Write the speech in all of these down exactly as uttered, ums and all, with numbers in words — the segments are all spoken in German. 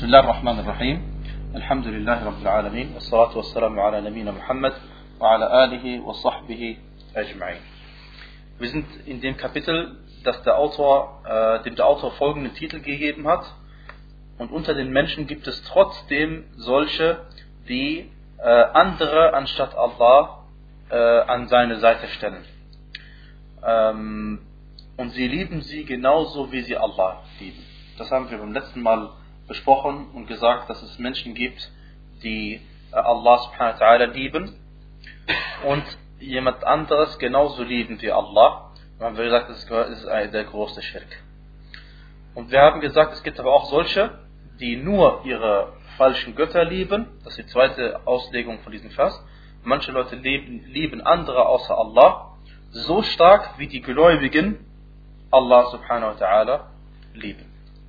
بسم الله الرحمن الرحيم الحمد لله رب العالمين والصلاة والسلام على نبينا Muhammad وعلى آله وصحبه أجمعين. Wir sind in dem Kapitel, das der Autor, äh, dem der Autor folgenden Titel gegeben hat. Und unter den Menschen gibt es trotzdem solche, die äh, andere anstatt Allah äh, an seine Seite stellen. Ähm, und sie lieben sie genauso, wie sie Allah lieben. Das haben wir beim letzten Mal besprochen und gesagt, dass es Menschen gibt, die äh, Allah subhanahu wa ta'ala lieben und jemand anderes genauso lieben wie Allah. Und haben wir gesagt, das ist der größte Schirk. Und wir haben gesagt, es gibt aber auch solche, die nur ihre falschen Götter lieben. Das ist die zweite Auslegung von diesem Vers. Manche Leute lieben, lieben andere außer Allah so stark, wie die Gläubigen Allah subhanahu wa ta'ala lieben.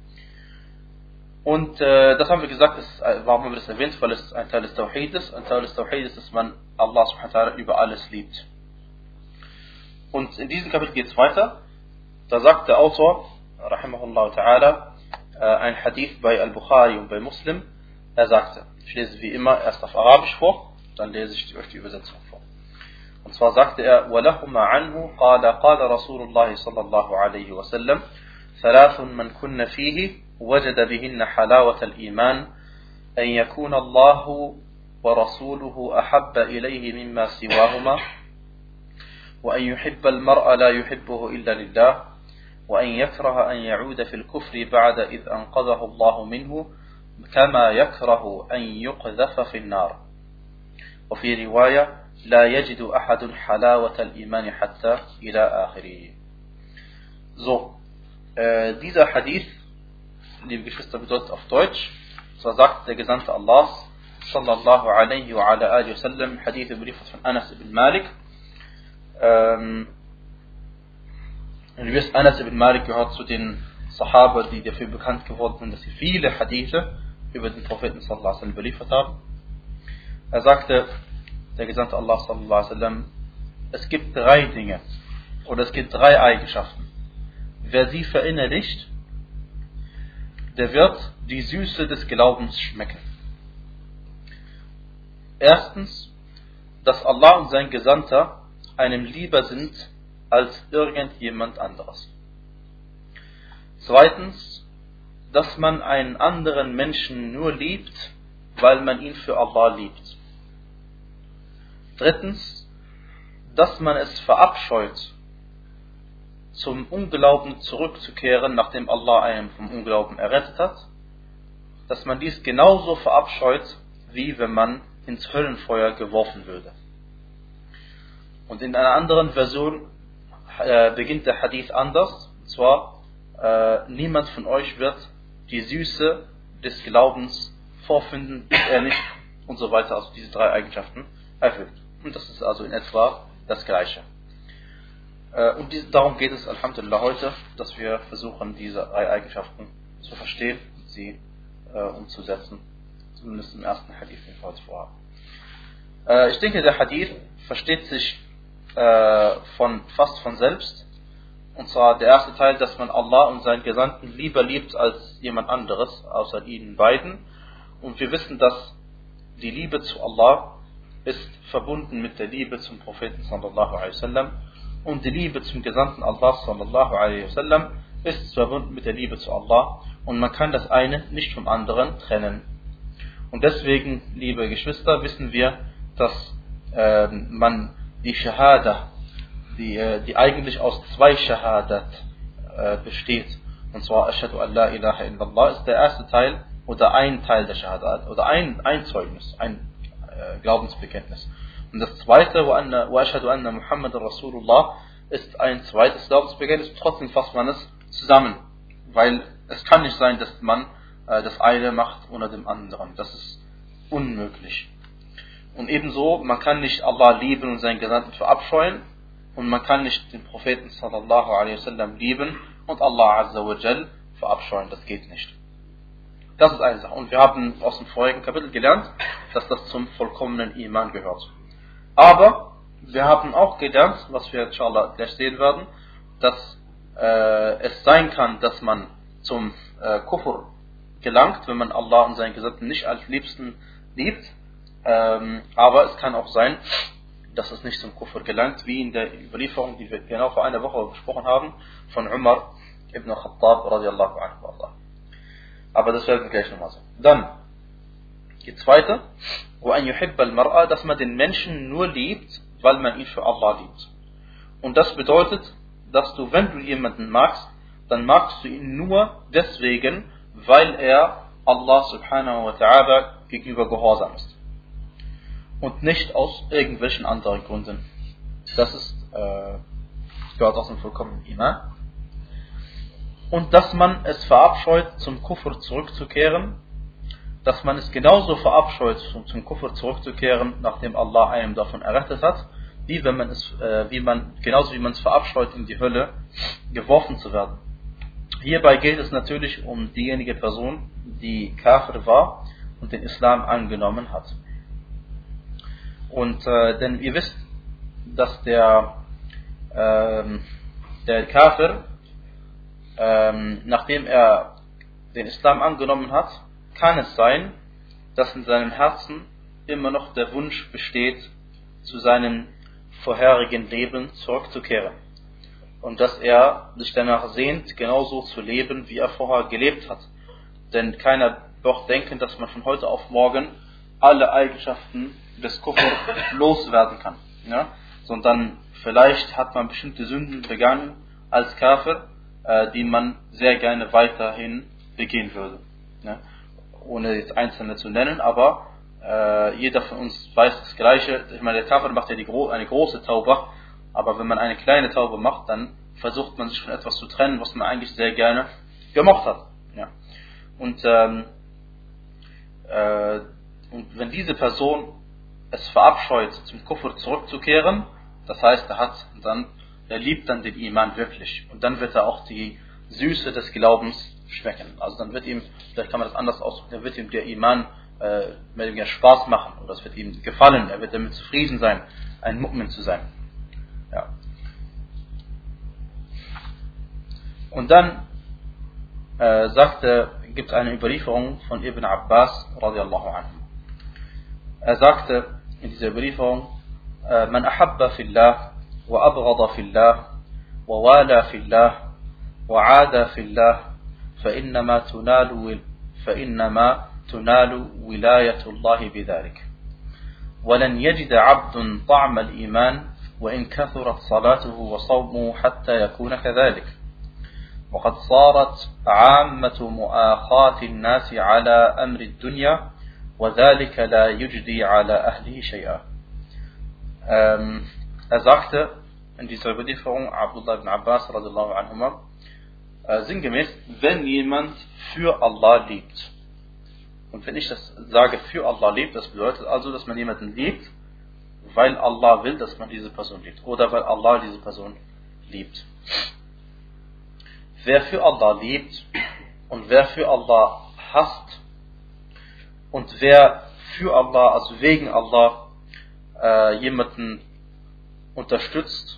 Und äh, das haben wir gesagt, das, warum haben wir das erwähnt? Weil es ein Teil des Tawhid ist. Ein Teil des Tawhid ist, dass man Allah subhanahu wa ta'ala über alles liebt. Und in diesem Kapitel geht es weiter. Da sagt der Autor, rahimahullah ta'ala, äh, ein Hadith bei Al-Bukhari und bei Muslim. Er sagte, ich lese wie immer erst auf Arabisch vor, dann lese ich euch die Übersetzung vor. Und zwar sagte er, وَلَهُمَا عَنْهُ قَالَ قَالَ رَسُولُ اللَّهِ صَلَّى اللَّهُ عَلَيْهِ وَسَلَّمْ ثَلَاثٌ مَنْ كُنَّ فِيهِ وجد بهن حلاوة الإيمان أن يكون الله ورسوله أحب إليه مما سواهما وأن يحب المرء لا يحبه إلا لله وأن يكره أن يعود في الكفر بعد إذ أنقذه الله منه كما يكره أن يقذف في النار وفي رواية لا يجد أحد حلاوة الإيمان حتى إلى آخره. So, äh, dieser Hadith, liebe Geschwister, bedeutet auf Deutsch, zwar sagt der Gesandte Allahs, sallallahu alaihi wa ala alihi wa sallam, Hadith überliefert von Anas ibn Malik. Ähm, und ihr wisst, Anas ibn Malik gehört zu den Sahaba, die dafür bekannt geworden sind, dass sie viele Hadithe über den Propheten sallallahu alaihi wa sallam überliefert haben. Er sagte, der Gesandte Allah sallallahu alaihi wa sallam, es gibt drei Dinge, oder es gibt drei Eigenschaften. Wer sie verinnerlicht, der wird die Süße des Glaubens schmecken. Erstens, dass Allah und sein Gesandter einem lieber sind als irgendjemand anderes. Zweitens, dass man einen anderen Menschen nur liebt, weil man ihn für Allah liebt. Drittens, dass man es verabscheut, zum Unglauben zurückzukehren, nachdem Allah einen vom Unglauben errettet hat, dass man dies genauso verabscheut, wie wenn man ins Höllenfeuer geworfen würde. Und in einer anderen Version äh, beginnt der Hadith anders, und zwar, äh, niemand von euch wird die Süße des Glaubens vorfinden, bis er nicht, und so weiter, also diese drei Eigenschaften erfüllt. Und das ist also in etwa das Gleiche. Und dies, darum geht es, Alhamdulillah, heute, dass wir versuchen, diese drei Eigenschaften zu verstehen und sie äh, umzusetzen. Zumindest im ersten Hadith, den wir heute vorhaben. Äh, ich denke, der Hadith versteht sich äh, von, fast von selbst. Und zwar der erste Teil, dass man Allah und seinen Gesandten lieber liebt als jemand anderes, außer ihnen beiden. Und wir wissen, dass die Liebe zu Allah ist verbunden mit der Liebe zum Propheten sallallahu alaihi wasallam. Und die Liebe zum Gesandten Allah sallallahu alaihi wasallam ist verbunden mit der Liebe zu Allah. Und man kann das eine nicht vom anderen trennen. Und deswegen, liebe Geschwister, wissen wir, dass äh, man die Shahada, die, äh, die eigentlich aus zwei Shahadat äh, besteht, und zwar Ashhadu an la ilaha illallah, ist der erste Teil oder ein Teil der Shahadat, oder ein, ein Zeugnis, ein äh, Glaubensbekenntnis. Und das zweite, wa ashhadu anna Muhammadan Rasulullah, ist ein zweites Glaubensbekenntnis, trotzdem fasst man es zusammen. Weil es kann nicht sein, dass man äh, das eine macht ohne dem anderen. Das ist unmöglich. Und ebenso, man kann nicht Allah lieben und seinen Gesandten verabscheuen. Und man kann nicht den Propheten sallallahu alaihi wasallam lieben und Allah azza wa jal verabscheuen. Das geht nicht. Das ist eine Sache. Und wir haben aus dem vorigen Kapitel gelernt, dass das zum vollkommenen Iman gehört. Aber wir haben auch gelernt, was wir inshallah gleich sehen werden, dass äh, es sein kann, dass man zum äh, Kufr gelangt, wenn man Allah und seinen Gesetzen nicht als Liebsten liebt. Ähm, aber es kann auch sein, dass es nicht zum Kufr gelangt, wie in der Überlieferung, die wir genau vor einer Woche besprochen haben, von Umar ibn Khattab radiallahu anhu. Aber das werden wir gleich nochmal sehen. Dann, die zweite, وَأَنْ يُحِبَّ الْمَرْأَ, dass man den Menschen nur liebt, weil man ihn für Allah liebt. Und das bedeutet, dass du, wenn du jemanden magst, dann magst du ihn nur deswegen, weil er Allah subhanahu wa ta'ala gegenüber gehorsam ist. Und nicht aus irgendwelchen anderen Gründen. Das ist, äh, gehört aus dem vollkommenen Iman. Und dass man es verabscheut, zum Kufr zurückzukehren, dass man es genauso verabscheut, zum Kufr zurückzukehren, nachdem Allah einem davon errettet hat, wie wenn man es, äh, wie man, genauso wie man es verabscheut, in die Hölle geworfen zu werden. Hierbei geht es natürlich um diejenige Person, die Kafir war und den Islam angenommen hat. Und äh, denn ihr wisst, dass der, ähm, der Kafir, ähm, nachdem er den Islam angenommen hat, kann es sein, dass in seinem Herzen immer noch der Wunsch besteht, zu seinem vorherigen Leben zurückzukehren. Und dass er sich danach sehnt, genauso zu leben, wie er vorher gelebt hat. Denn keiner wird denken, dass man von heute auf morgen alle Eigenschaften des Kufr loswerden kann. Ja? Sondern vielleicht hat man bestimmte Sünden begangen als Kafir, äh, die man sehr gerne weiterhin begehen würde. Ja? Ohne jetzt einzelne zu nennen, aber äh, jeder von uns weiß das Gleiche. Ich meine, der Kafir macht ja die gro- eine große Tauba, aber wenn man eine kleine Taube macht, dann versucht man sich von etwas zu trennen, was man eigentlich sehr gerne gemocht hat. Ja. Und, ähm, äh, und wenn diese Person es verabscheut, zum Kufr zurückzukehren, das heißt, er hat dann, er liebt dann den Iman wirklich. Und dann wird er auch die Süße des Glaubens schmecken. Also dann wird ihm, vielleicht kann man das anders ausdrücken, dann wird ihm der Iman äh, mit ihm Spaß machen oder es wird ihm gefallen, er wird damit zufrieden sein, ein Mu'min zu sein. Ja. Und dann äh, sagte, gibt es eine Überlieferung von Ibn Abbas radiallahu anhu. Er sagte in dieser Überlieferung, man ahabba fillah wa abghada fillah wa wala fillah wa aada fillah fa innama tunalu fa innama tunalu wilayatu Allah bidhalik. ولن يجد عبد طعم الإيمان وإن كثرت صلاته وصومه حتى يكون كذلك. وقد صارت عامة مؤاخاة الناس على أمر الدنيا وذلك لا يجدي على أهله شيئا. Ähm, er sagte in dieser Überlieferung, Abdullah ibn Abbas radiallahu anhuma, äh, sinngemäß, wenn jemand für Allah liebt. Und wenn ich das sage, für Allah liebt, das bedeutet also, dass man jemanden liebt, weil Allah will, dass man diese Person liebt. Oder weil Allah diese Person liebt. Wer für Allah liebt und wer für Allah hasst und wer für Allah, also wegen Allah, äh, jemanden unterstützt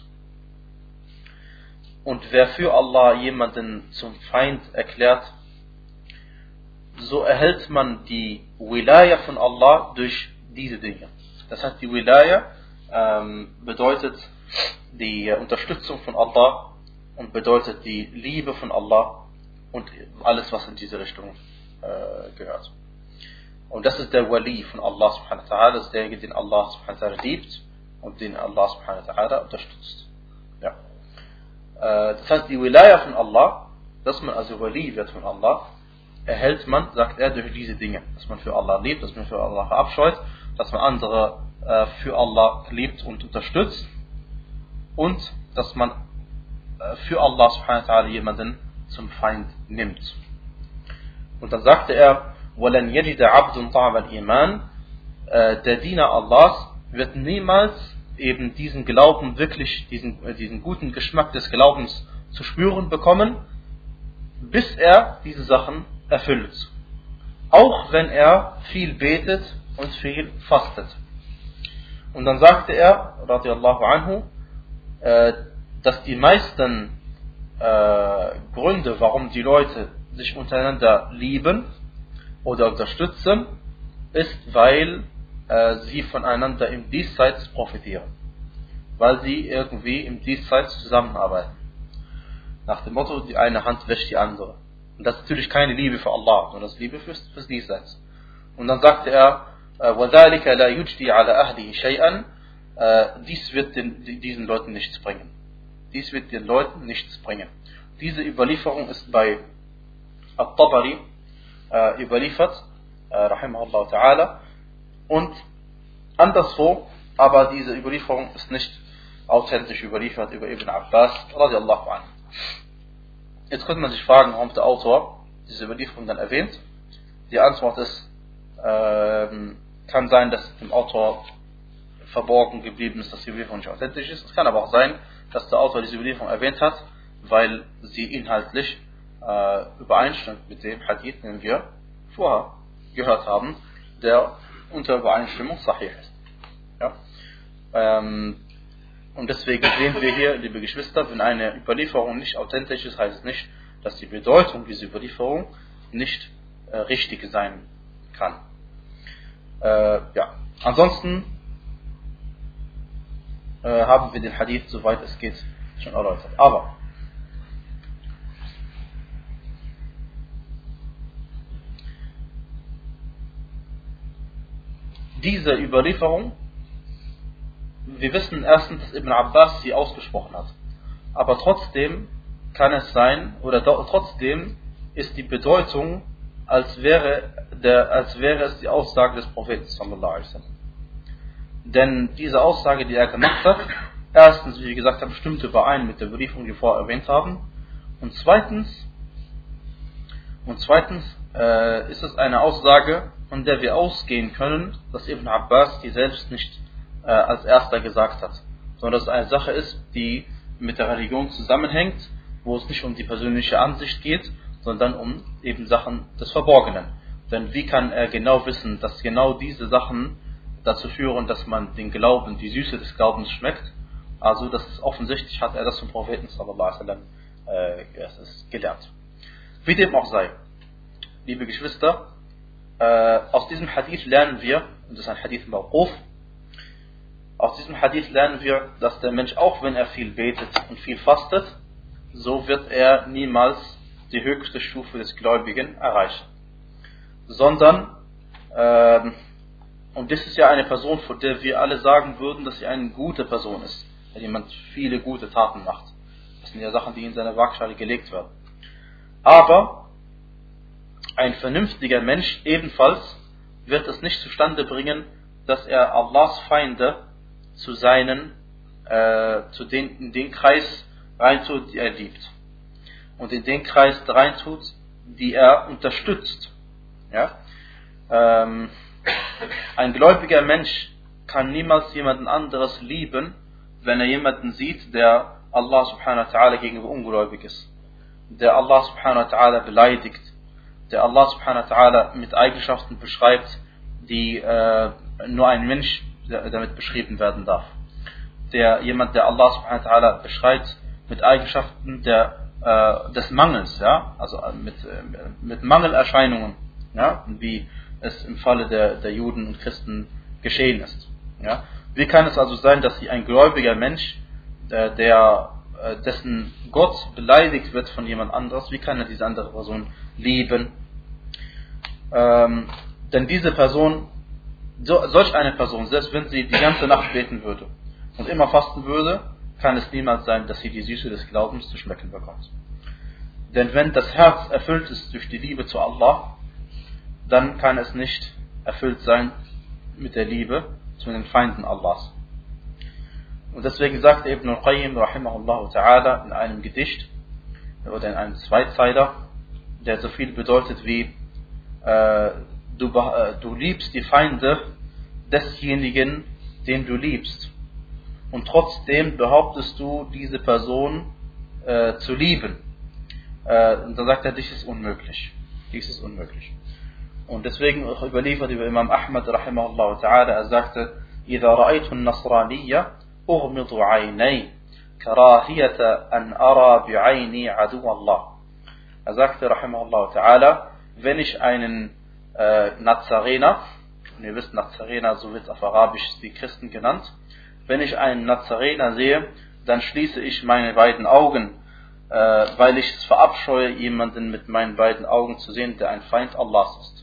und wer für Allah jemanden zum Feind erklärt, so erhält man die Wilaya von Allah durch diese Dinge. Das heißt, die Wilaya ähm, bedeutet die Unterstützung von Allah und bedeutet die Liebe von Allah und alles, was in diese Richtung äh, gehört. Und das ist der Wali von Allah subhanahu wa ta'ala, das ist derjenige, den Allah subhanahu wa ta'ala liebt und den Allah subhanahu wa ta'ala unterstützt. Ja. Äh, das heißt, die Wilaya von Allah, dass man also Wali wird von Allah, erhält man, sagt er, durch diese Dinge. Dass man für Allah liebt, dass man für Allah verabscheut, dass man andere äh, für Allah liebt und unterstützt und dass man äh, für Allah subhanahu wa ta'ala jemanden zum Feind nimmt. Und dann sagte er, وَلَنْ يَجِدَ عَبْدٌ طَعْمَ الْإِيمَانِ, der Diener Allahs wird niemals eben diesen Glauben wirklich, diesen, diesen guten Geschmack des Glaubens zu spüren bekommen, bis er diese Sachen erfüllt. Auch wenn er viel betet und viel fastet. Und dann sagte er, radiallahu anhu, dass die meisten äh, Gründe, warum die Leute sich untereinander lieben, oder unterstützen, ist, weil äh, sie voneinander im Diesseits profitieren. Weil sie irgendwie im Diesseits zusammenarbeiten. Nach dem Motto, die eine Hand wäscht die andere. Und das ist natürlich keine Liebe für Allah, sondern das ist Liebe fürs, fürs Diesseits. Und dann sagte er, وَذَلِكَ لَا يُجْدِي عَلَى أَهْلِهِ شَيْئًا, dies wird den, diesen Leuten nichts bringen. Dies wird den Leuten nichts bringen. Diese Überlieferung ist bei At-Tabari äh, überliefert, äh, rahimahullah ta'ala, und anderswo, aber diese Überlieferung ist nicht authentisch überliefert über Ibn Abbas radiallahu anhu. Jetzt könnte man sich fragen, warum der Autor diese Überlieferung dann erwähnt. Die Antwort ist, äh, kann sein, dass dem Autor verborgen geblieben ist, dass die Überlieferung nicht authentisch ist. Es kann aber auch sein, dass der Autor diese Überlieferung erwähnt hat, weil sie inhaltlich äh, übereinstimmt mit dem Hadith, den wir vorher gehört haben, der unter Übereinstimmung sahih ist. Ja? Ähm, und deswegen sehen wir hier, liebe Geschwister, wenn eine Überlieferung nicht authentisch ist, heißt es nicht, dass die Bedeutung dieser Überlieferung nicht äh, richtig sein kann. Äh, ja. Ansonsten äh, haben wir den Hadith, soweit es geht, schon erläutert. Aber diese Überlieferung, wir wissen erstens, dass Ibn Abbas sie ausgesprochen hat. Aber trotzdem kann es sein, oder do, trotzdem ist die Bedeutung, als wäre, der, als wäre es die Aussage des Propheten sallallahu alaihi wasallam. Denn diese Aussage, die er gemacht hat, erstens, wie wir gesagt haben, stimmt überein mit der Überlieferung, die wir vorher erwähnt haben. Und zweitens, und zweitens äh, ist es eine Aussage, von der wir ausgehen können, dass Ibn Abbas die selbst nicht äh, als erster gesagt hat, sondern dass es eine Sache ist, die mit der Religion zusammenhängt, wo es nicht um die persönliche Ansicht geht, sondern um eben Sachen des Verborgenen. Denn wie kann er genau wissen, dass genau diese Sachen dazu führen, dass man den Glauben, die Süße des Glaubens schmeckt? Also das ist offensichtlich, hat er das vom Propheten sallallahu alaihi wasallam äh, gelernt. Wie dem auch sei, liebe Geschwister, äh, aus diesem Hadith lernen wir, und das ist ein Hadith Mawquf, aus diesem Hadith lernen wir, dass der Mensch, auch wenn er viel betet und viel fastet, so wird er niemals die höchste Stufe des Gläubigen erreichen. Sondern, äh, und das ist ja eine Person, von der wir alle sagen würden, dass sie eine gute Person ist, wenn jemand viele gute Taten macht. Das sind ja Sachen, die in seine Waagschale gelegt werden. Aber ein vernünftiger Mensch ebenfalls wird es nicht zustande bringen, dass er Allahs Feinde zu seinen, äh, zu den, in den Kreis reintut, die er liebt. Und in den Kreis reintut, die er unterstützt. Ja? Ähm, ein gläubiger Mensch kann niemals jemanden anderes lieben, wenn er jemanden sieht, der Allah subhanahu wa ta'ala gegenüber ungläubig ist. Der Allah subhanahu wa ta'ala beleidigt. Der Allah subhanahu wa ta'ala mit Eigenschaften beschreibt, die äh, nur ein Mensch damit beschrieben werden darf. Der jemand, der Allah subhanahu wa ta'ala beschreibt mit Eigenschaften der, äh, des Mangels, ja, also mit, äh, mit Mangelerscheinungen, ja, wie es im Falle der, der Juden und Christen geschehen ist. Ja. Wie kann es also sein, dass ein gläubiger Mensch, äh, der, äh, dessen Gott beleidigt wird von jemand anderes, wie kann er diese andere Person lieben? Ähm, denn diese Person, so, solch eine Person, selbst wenn sie die ganze Nacht beten würde und immer fasten würde, kann es niemals sein, dass sie die Süße des Glaubens zu schmecken bekommt. Denn wenn das Herz erfüllt ist durch die Liebe zu Allah, dann kann es nicht erfüllt sein mit der Liebe zu den Feinden Allahs. Und deswegen sagte Ibn al-Qayyim rahimahullah ta'ala in einem Gedicht oder in einem Zweizeiler, der so viel bedeutet wie äh, du, äh, du liebst die Feinde desjenigen, den du liebst. Und trotzdem behauptest du, diese Person äh, zu lieben. Äh, und dann sagt er, dies ist unmöglich. Dies ist unmöglich. Und deswegen überliefert über Imam Ahmad rahimahullah ta'ala, er sagte, إذا رأيت النصرانية أغمض عيني كراهية أن أرى بعيني عدو الله. Er sagte rahimahullah ta'ala, wenn ich einen äh, Nazarener, und ihr wisst, Nazarener, so wird auf Arabisch die Christen genannt, wenn ich einen Nazarener sehe, dann schließe ich meine beiden Augen, äh, weil ich es verabscheue, jemanden mit meinen beiden Augen zu sehen, der ein Feind Allahs ist.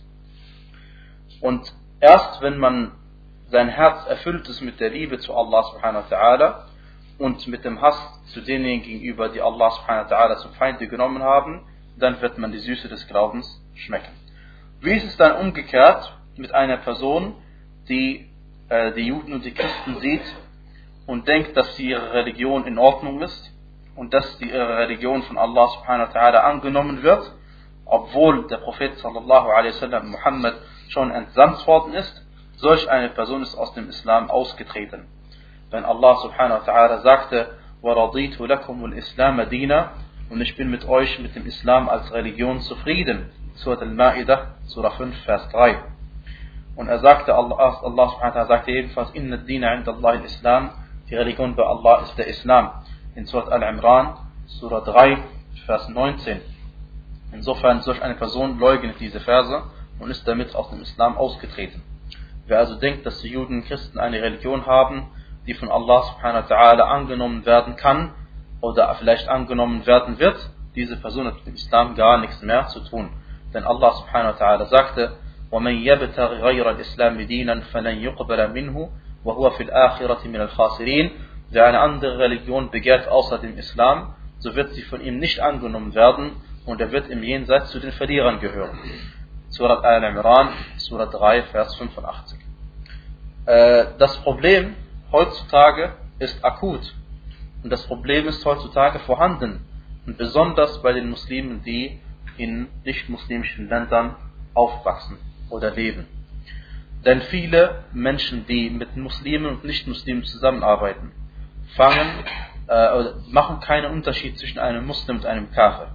Und erst wenn man sein Herz erfüllt ist mit der Liebe zu Allah subhanahu wa ta'ala und mit dem Hass zu denjenigen gegenüber, die Allah subhanahu wa ta'ala zum Feinde genommen haben, dann wird man die Süße des Glaubens schmecken. Wie ist es dann umgekehrt mit einer Person, die äh, die Juden und die Christen sieht und denkt, dass ihre Religion in Ordnung ist und dass die, ihre Religion von Allah subhanahu wa ta'ala angenommen wird, obwohl der Prophet sallallahu alaihi wasallam Muhammad schon entsandt worden ist? Solch eine Person ist aus dem Islam ausgetreten. Wenn Allah subhanahu wa ta'ala sagte, وَرَضِيتُ لَكُمُ الْإِسْلَامَ دِينًا, und ich bin mit euch, mit dem Islam als Religion zufrieden. Surat al-Ma'idah, Surah fünf, Vers drei. Und er sagte, Allah, Allah subhanahu wa ta'ala sagte ebenfalls, Inna ad-Dina 'inda Allah al-Islam, die Religion bei Allah ist der Islam. In Surat Al-Imran, Surah drei, Vers neunzehn. Insofern, solch eine Person leugnet diese Verse und ist damit aus dem Islam ausgetreten. Wer also denkt, dass die Juden und Christen eine Religion haben, die von Allah subhanahu wa ta'ala angenommen werden kann oder vielleicht angenommen werden wird, diese Person hat mit dem Islam gar nichts mehr zu tun. Denn Allah subhanahu wa ta'ala sagte, وَمَنْ يَبْتَغِ غَيْرَ الْإِسْلَامِ دِينًا فَلَنْ يُقْبَلَ مِنْهُ وَهُوَ فِي الْآخِرَةِ مِنَ الْخَاسِرِينَ. Wer eine andere Religion begehrt außer dem Islam, so wird sie von ihm nicht angenommen werden und er wird im Jenseits zu den Verlierern gehören. Surat Al-Imran, Surah drei, Vers fünfundachtzig. Äh, das Problem heutzutage ist akut. Und das Problem ist heutzutage vorhanden. Und besonders bei den Muslimen, die in nicht-muslimischen Ländern aufwachsen oder leben. Denn viele Menschen, die mit Muslimen und Nicht-Muslimen zusammenarbeiten, fangen, äh, machen keinen Unterschied zwischen einem Muslim und einem Kafir.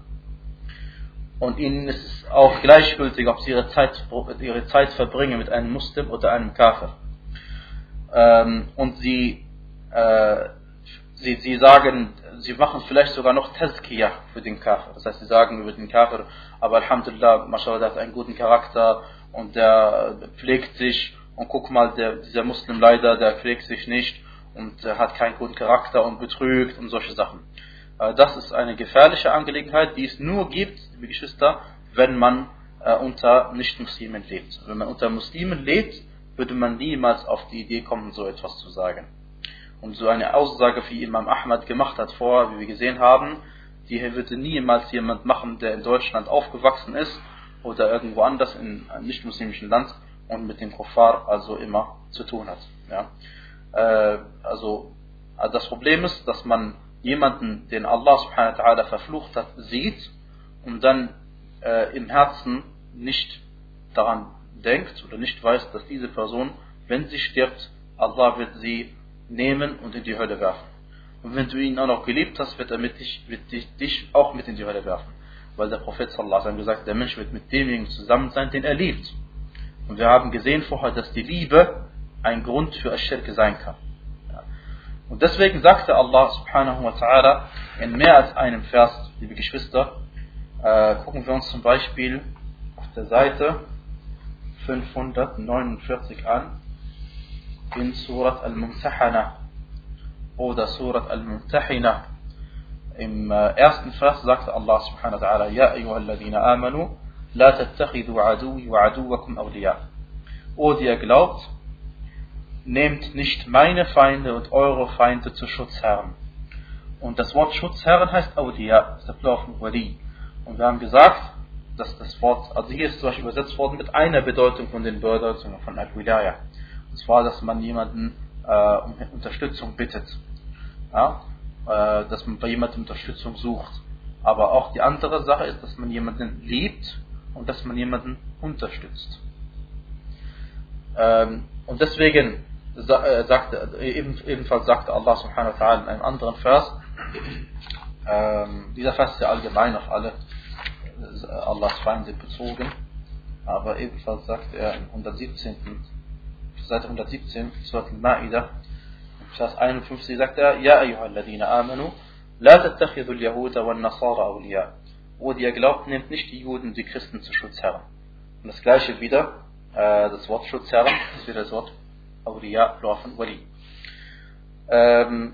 Und ihnen ist es auch gleichgültig, ob sie ihre Zeit, ihre Zeit verbringen mit einem Muslim oder einem Kafir. Ähm, und sie, äh, sie, sie sagen, sie machen vielleicht sogar noch Tazkiyah für den Kafir. Das heißt, sie sagen über den Kafir, aber Alhamdulillah, mashallah, der hat einen guten Charakter und der pflegt sich. Und guck mal, der, dieser Muslim leider, der pflegt sich nicht und äh, hat keinen guten Charakter und betrügt und solche Sachen. Das ist eine gefährliche Angelegenheit, die es nur gibt, liebe Geschwister, wenn man äh, unter Nicht-Muslimen lebt. Wenn man unter Muslimen lebt, würde man niemals auf die Idee kommen, so etwas zu sagen. Und so eine Aussage, wie Imam Ahmad gemacht hat vorher, wie wir gesehen haben, die würde niemals jemand machen, der in Deutschland aufgewachsen ist oder irgendwo anders in einem nicht-muslimischen Land und mit dem Kuffar also immer zu tun hat. Ja? Äh, also das Problem ist, dass man jemanden, den Allah subhanahu wa ta'ala verflucht hat, sieht und dann äh, im Herzen nicht daran denkt oder nicht weiß, dass diese Person, wenn sie stirbt, Allah wird sie nehmen und in die Hölle werfen. Und wenn du ihn auch noch geliebt hast, wird er mit dich, wird dich, dich auch mit in die Hölle werfen. Weil der Prophet sallallahu alaihi wasallam gesagt hat, der Mensch wird mit demjenigen zusammen sein, den er liebt. Und wir haben gesehen vorher, dass die Liebe ein Grund für Aschirk sein kann. Und deswegen sagte Allah subhanahu wa ta'ala in mehr als einem Vers, liebe Geschwister, äh, gucken wir uns zum Beispiel auf der Seite fünfhundertneunundvierzig an, in Surat Al-Mumtahana oder Surat Al-Mumtahina. Im äh, ersten Vers sagte Allah subhanahu wa ta'ala, Ja ayyuhalladhina amanu, la tattakhidu aduwi wa aduwakum awliya. O, die ihr glaubt, nehmt nicht meine Feinde und eure Feinde zu Schutzherren. Und das Wort Schutzherren heißt Awliya, das ist der Plural von Wali. Und wir haben gesagt, dass das Wort, also hier ist zum Beispiel übersetzt worden mit einer Bedeutung von den Bedeutungen von Al-Wilaya. Und zwar, dass man jemanden äh, um Unterstützung bittet. Ja? Äh, dass man bei jemandem Unterstützung sucht. Aber auch die andere Sache ist, dass man jemanden liebt und dass man jemanden unterstützt. Ähm, und deswegen sagte, ebenfalls sagte Allah subhanahu wa ta'ala in einem anderen Vers, ähm, dieser Vers ist ja allgemein auf alle Allahs Feinde bezogen, aber ebenfalls sagt er im hundertsiebzehnten Seite hundertsiebzehn, Surat Al-Ma'idah, Vers einundfünfzig, sagt er, Ja ayyuhalladhina amanu, la tattakhidhu al-Yahuda wal-Nasara awliya. O, die ihr glaubt, nehmt nicht die Juden und die Christen zu Schutzherren. Und das gleiche wieder, äh, das Wort Schutzherren, das ist wieder das Wort Awliya, von Wali. Ähm,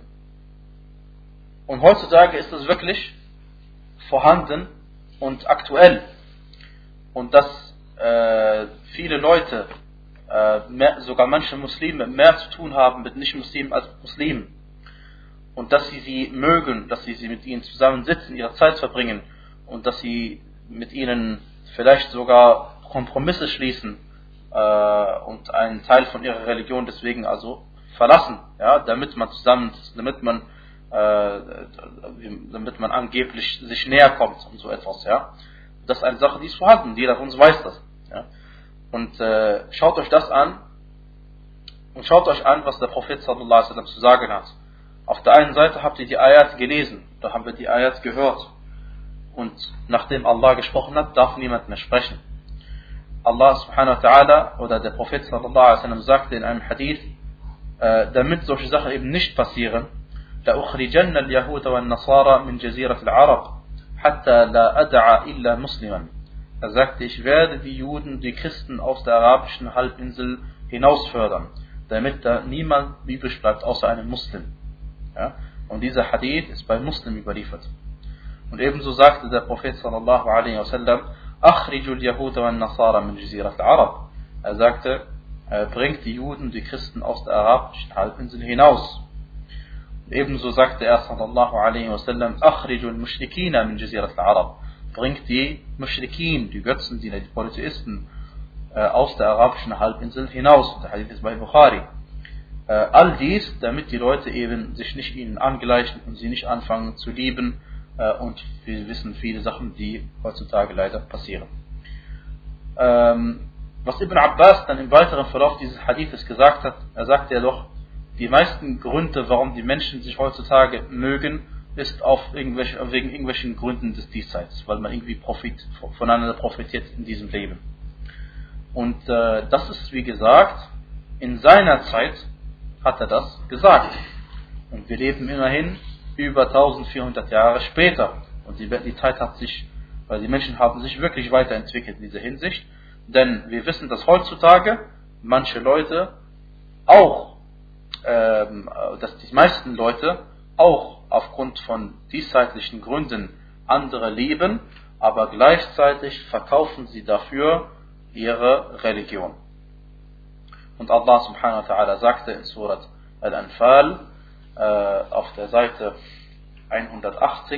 und heutzutage ist es wirklich vorhanden und aktuell. Und dass äh, viele Leute, äh, mehr, sogar manche Muslime, mehr zu tun haben mit Nicht-Muslimen als mit Muslimen. Und dass sie sie mögen, dass sie, sie mit ihnen zusammen sitzen, ihre Zeit verbringen und dass sie mit ihnen vielleicht sogar Kompromisse schließen äh, und einen Teil von ihrer Religion deswegen also verlassen, ja, damit man zusammen, damit man äh, damit man angeblich sich näher kommt und so etwas, ja. Das ist eine Sache, die ist vorhanden, jeder von uns weiß das, ja. Und äh, schaut euch das an und schaut euch an, was der Prophet sallallahu alaihi wasallam zu sagen hat. Auf der einen Seite habt ihr die Ayat gelesen, da haben wir die Ayat gehört. Und nachdem Allah gesprochen hat, darf niemand mehr sprechen. Allah subhanahu wa ta'ala oder der Prophet sallallahu alaihi wasallam sagte in einem Hadith, äh, damit solche Sachen eben nicht passieren, لأخرجن اليهود والنصارى من جزيرة العرب حتى لا أدع إلا مسلما. Er sagte, ich werde die Juden, die Christen aus der arabischen Halbinsel hinausfördern, damit da niemand übrig bleibt außer einem Muslim. Ja? Und dieser Hadith ist bei Muslim überliefert. Und ebenso sagte der Prophet sallallahu alaihi wasallam, Akhrijul Yahuda wa Nasara min Jazirat al-Arab. Er sagte, er bringt die Juden, die Christen aus der arabischen Halbinsel hinaus. Und ebenso sagte er sallallahu alaihi wasallam, Akhrijul Mushrikina min Jazirat al-Arab. Bringt die Mushrikin, die Götzendiener, die Polytheisten äh, aus der arabischen Halbinsel hinaus. Der Hadith ist bei Bukhari. Äh, all dies, damit die Leute eben sich nicht ihnen angleichen und sie nicht anfangen zu lieben. Und wir wissen viele Sachen, die heutzutage leider passieren. Ähm, was Ibn Abbas dann im weiteren Verlauf dieses Hadithes gesagt hat, er sagte ja doch, die meisten Gründe, warum die Menschen sich heutzutage mögen, ist auf irgendwelche, wegen irgendwelchen Gründen des Diesseits, weil man irgendwie Profit, voneinander profitiert in diesem Leben. Und äh, das ist, wie gesagt, in seiner Zeit hat er das gesagt. Und wir leben immerhin über eintausendvierhundert Jahre später. Und die, die Zeit hat sich, weil die Menschen haben sich wirklich weiterentwickelt in dieser Hinsicht. Denn wir wissen, dass heutzutage manche Leute auch, ähm, dass die meisten Leute auch aufgrund von diesseitlichen Gründen andere lieben, aber gleichzeitig verkaufen sie dafür ihre Religion. Und Allah subhanahu wa ta'ala sagte in Surat Al-Anfal, auf der Seite hundertachtzig,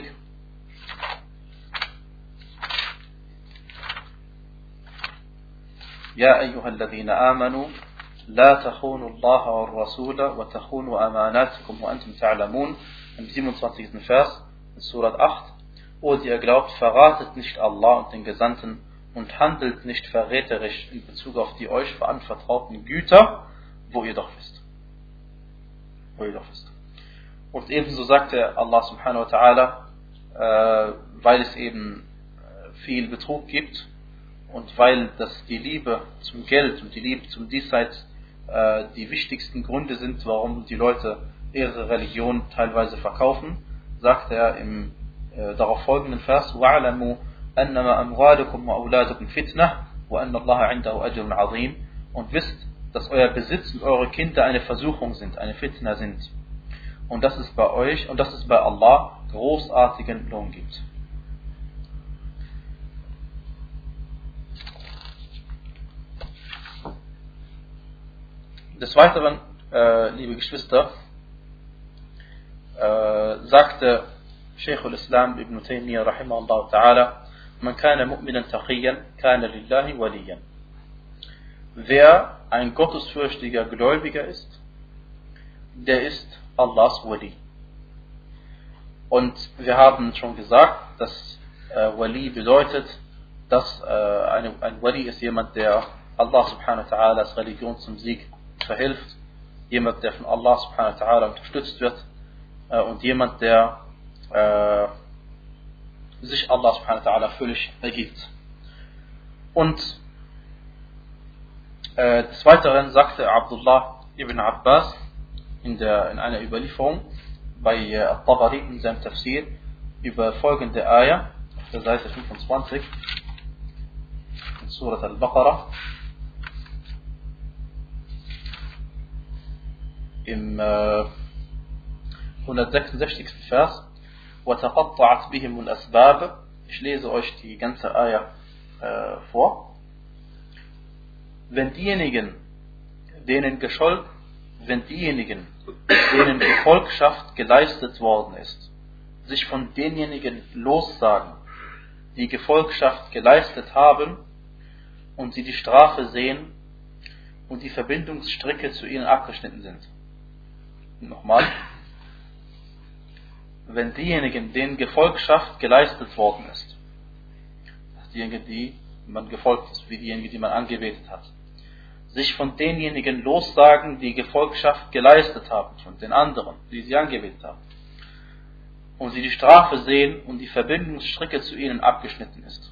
Ja ayyuhalladhina amanu la takhunu Allah wa rasula wa takhunu amanatikum wa antum ta'lamun. Im siebenundzwanzigsten Vers in Surat acht. O die ihr glaubt, verratet nicht Allah und den Gesandten und handelt nicht verräterisch in Bezug auf die euch verantworteten Güter, wo ihr doch wisst. Wo ihr doch wisst. Und ebenso sagte Allah subhanahu wa ta'ala, äh, weil es eben viel Betrug gibt und weil das die Liebe zum Geld und die Liebe zum Diesseits äh, die wichtigsten Gründe sind, warum die Leute ihre Religion teilweise verkaufen, sagte er im äh, darauf folgenden Vers, وَعْلَمُوا أَنَّمَا أَمْوَالُكُمْ وَأَوْلَادُكُمْ فِتْنَةٌ وَأَنَّ اللَّهَ عِنْدَهُ أَجْرٌ عَظِيمٌ. Und wisst, dass euer Besitz und eure Kinder eine Versuchung sind, eine Fitna sind. Und dass es bei euch und dass es bei Allah großartigen Lohn gibt. Des Weiteren, äh, liebe Geschwister, äh, sagte Shaykh al-Islam ibn Taymiyyah rahimahullah ta'ala, man kana mu'minan taqiyan, kana lillahi waliyan. Wer ein gottesfürchtiger Gläubiger ist, der ist Allahs Wali. Und wir haben schon gesagt, dass äh, Wali bedeutet, dass äh, eine, ein Wali ist jemand, der Allah subhanahu wa ta'ala als Religion zum Sieg verhilft, jemand, der von Allah subhanahu wa ta'ala unterstützt wird äh, und jemand, der äh, sich Allah subhanahu wa ta'ala völlig ergibt. Und äh, des Weiteren sagte Abdullah ibn Abbas in, der, in einer Überlieferung bei äh, Al-Tabari in seinem Tafsir über folgende Ayah auf der Seite fünfundzwanzig. in Surat al-Baqarah im äh, hundertsechsundsechzigsten Vers. وَتَقَطَّعَتْ بِهِمُ الْأَسْبَابِ. Ich lese euch die ganze Ayah äh, vor. Wenn diejenigen, denen Geschol, wenn diejenigen, denen Gefolgschaft geleistet worden ist, sich von denjenigen lossagen, die Gefolgschaft geleistet haben, und sie die Strafe sehen und die Verbindungsstricke zu ihnen abgeschnitten sind. Nochmal. Wenn diejenigen, denen Gefolgschaft geleistet worden ist, das ist diejenigen, die man gefolgt ist, wie diejenigen, die man angebetet hat, sich von denjenigen lossagen, die Gefolgschaft geleistet haben, von den anderen, die sie angebetet haben, und sie die Strafe sehen und die Verbindungsstricke zu ihnen abgeschnitten ist.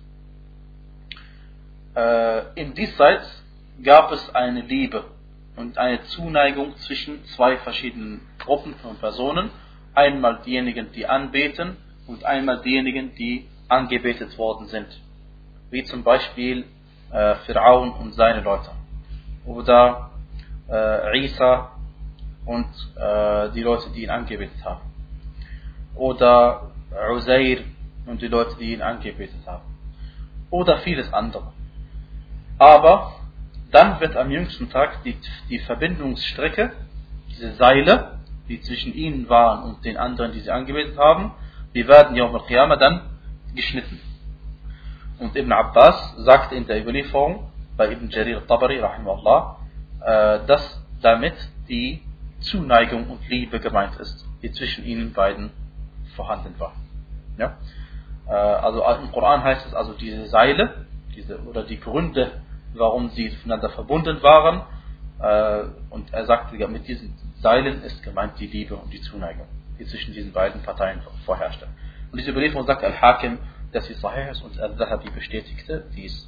Äh, in diesseits gab es eine Liebe und eine Zuneigung zwischen zwei verschiedenen Gruppen von Personen, einmal diejenigen, die anbeten, und einmal diejenigen, die angebetet worden sind, wie zum Beispiel äh, Fir'aun und seine Leute, oder äh, Isa und äh, die Leute, die ihn angebetet haben, oder Uzair und die Leute, die ihn angebetet haben, oder vieles andere. Aber dann wird am jüngsten Tag die, die Verbindungsstrecke, diese Seile, die zwischen ihnen waren und den anderen, die sie angebetet haben, die werden Yawm al-Qiyamah dann geschnitten. Und Ibn Abbas sagte in der Überlieferung bei Ibn Jarir al-Tabari, rahimahullah, äh, dass damit die Zuneigung und Liebe gemeint ist, die zwischen ihnen beiden vorhanden war. Ja? Äh, also im Koran heißt es also diese Seile, diese, oder die Gründe, warum sie miteinander verbunden waren, äh, und er sagte, ja, mit diesen Seilen ist gemeint die Liebe und die Zuneigung, die zwischen diesen beiden Parteien vorherrschte. Und diese Überlieferung sagt Al-Hakim, dass sie sahih ist, und Al-Dhahabi bestätigte dies.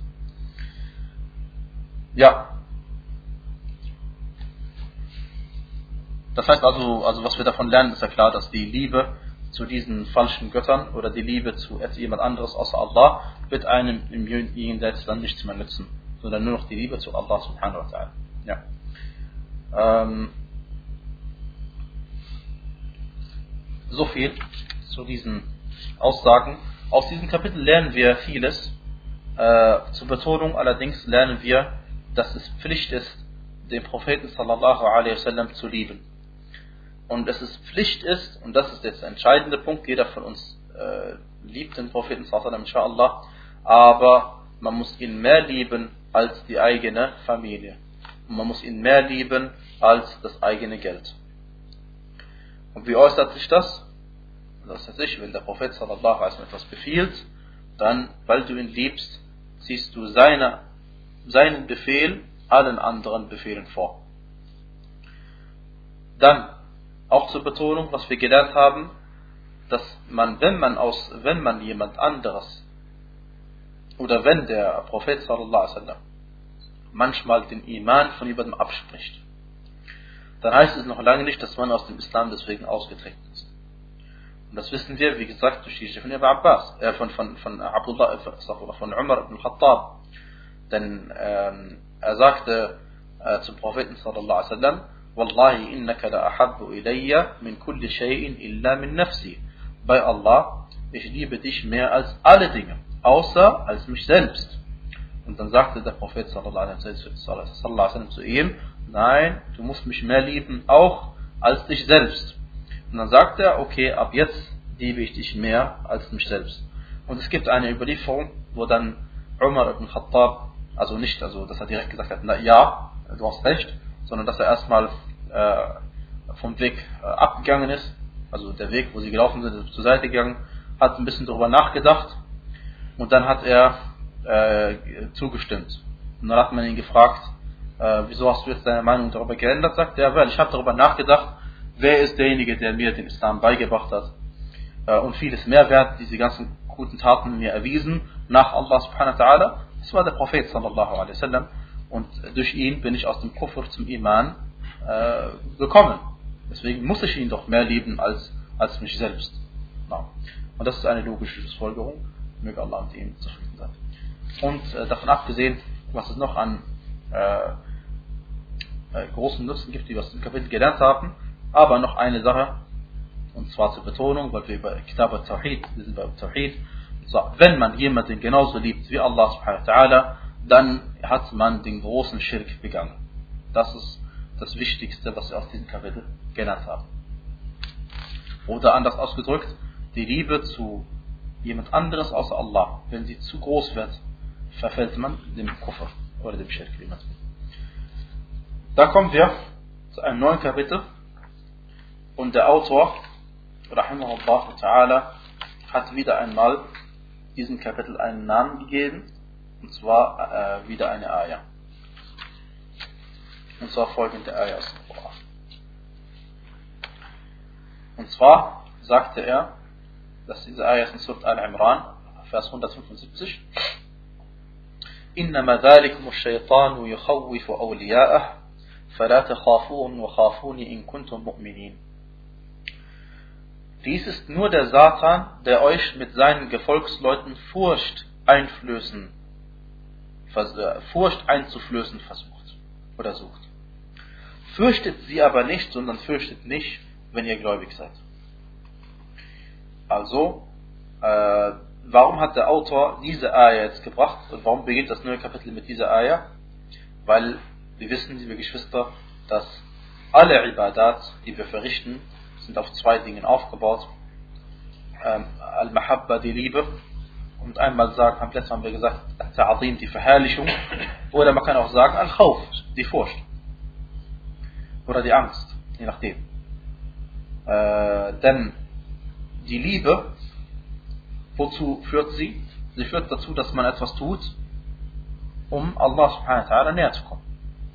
Ja. Das heißt also, also, was wir davon lernen, ist ja klar, dass die Liebe zu diesen falschen Göttern oder die Liebe zu jemand anderes außer Allah wird einem im Jenseits dann nichts mehr nützen, sondern nur noch die Liebe zu Allah subhanahu wa ta'ala. Ja. Ähm, so viel zu diesen Aussagen. Aus diesem Kapitel lernen wir vieles. Äh, zur Betonung allerdings lernen wir, dass es Pflicht ist, den Propheten sallallahu alaihi wasallam zu lieben. Und dass es Pflicht ist, und das ist jetzt der entscheidende Punkt, jeder von uns äh, liebt den Propheten sallallahu alaihi wasallam, inshallah, aber man muss ihn mehr lieben als die eigene Familie. Und man muss ihn mehr lieben als das eigene Geld. Und wie äußert sich das? Das heißt, wenn der Prophet sallallahu alaihi wasallam etwas befiehlt, dann, weil du ihn liebst, ziehst du seine, seinen Befehl allen anderen Befehlen vor. Dann, auch zur Betonung, was wir gelernt haben, dass man, wenn man aus, wenn man jemand anderes, oder wenn der Prophet sallallahu alaihi wasallam manchmal den Iman von jemandem abspricht, dann heißt es noch lange nicht, dass man aus dem Islam deswegen ausgetreten ist. Und das wissen wir, wie gesagt, durch die Geschichte von Ibn Abbas, äh, von, von, von Abdullah, von Umar ibn al-Khattab. Denn ähm, er sagte äh, zum Propheten sallallahu alaihi wasallam, Wallahi innaka la ahabbu ilayya min kulli shay'in illa min nafsi. Bei Allah, ich liebe dich mehr als alle Dinge, außer als mich selbst. Und dann sagte der Prophet sallallahu alaihi wasallam zu ihm, nein, du musst mich mehr lieben, auch als dich selbst. Und dann sagt er, okay, ab jetzt liebe ich dich mehr als mich selbst. Und es gibt eine Überlieferung, wo dann Umar ibn Khattab, also nicht, also dass er direkt gesagt hat, na ja, du hast recht, sondern dass er erstmal äh, vom Weg äh, abgegangen ist, also der Weg, wo sie gelaufen sind, zur Seite gegangen, hat ein bisschen darüber nachgedacht und dann hat er äh, zugestimmt. Und dann hat man ihn gefragt, äh, wieso hast du jetzt deine Meinung darüber geändert? Sagt er, weil ich habe darüber nachgedacht, wer ist derjenige, der mir den Islam beigebracht hat äh, und vieles mehr wert, diese ganzen guten Taten mir erwiesen, nach Allah subhanahu wa ta'ala. Das war der Prophet sallallahu alaihi wasallam und durch ihn bin ich aus dem Kufr zum Iman äh, gekommen. Deswegen muss ich ihn doch mehr lieben als, als mich selbst. No. Und das ist eine logische Schlussfolgerung. Möge Allah mit ihm zufrieden sein. Und äh, davon abgesehen, was es noch an äh, äh, großen Nutzen gibt, die wir aus dem Kapitel gelernt haben, aber noch eine Sache, und zwar zur Betonung, weil wir über Kitab al-Tawhid, wir sind bei Tawhid, so, wenn man jemanden genauso liebt wie Allah subhanahu wa ta'ala, dann hat man den großen Schirk begangen. Das ist das Wichtigste, was wir aus diesem Kapitel gelernt haben. Oder anders ausgedrückt, die Liebe zu jemand anderes außer Allah, wenn sie zu groß wird, verfällt man dem Kufr oder dem Schirk. Da kommen wir zu einem neuen Kapitel und der Autor, rahimahullah ta'ala, hat wieder einmal diesem Kapitel einen Namen gegeben, und zwar äh, wieder eine Ayah. Und zwar folgende Ayah aus dem Koran. Und zwar sagte er, dass diese Ayah ist in Surat Al-Imran, Vers hundertfünfundsiebzig, إنما ذلكم الشيطان يخوف أولياءه فلا تخافوهم وخافوني إن كنتم مؤمنين. Dies ist nur der Satan, der euch mit seinen Gefolgsleuten Furcht einflößen, Furcht einzuflößen versucht oder sucht. Fürchtet sie aber nicht, sondern fürchtet nicht, wenn ihr gläubig seid. Also, äh, warum hat der Autor diese Ayah jetzt gebracht und warum beginnt das neue Kapitel mit dieser Ayah? Weil wir wissen, liebe Geschwister, dass alle Ibadat, die wir verrichten, sind auf zwei Dingen aufgebaut. Ähm, Al-Mahabba, die Liebe, und einmal sagen, am letzten haben wir gesagt, Al-Ta'adim, die Verherrlichung, oder man kann auch sagen, Al-Khawf, die Furcht, oder die Angst, je nachdem. Äh, denn die Liebe, wozu führt sie? Sie führt dazu, dass man etwas tut, um Allah subhanahu wa ta'ala näher zu kommen.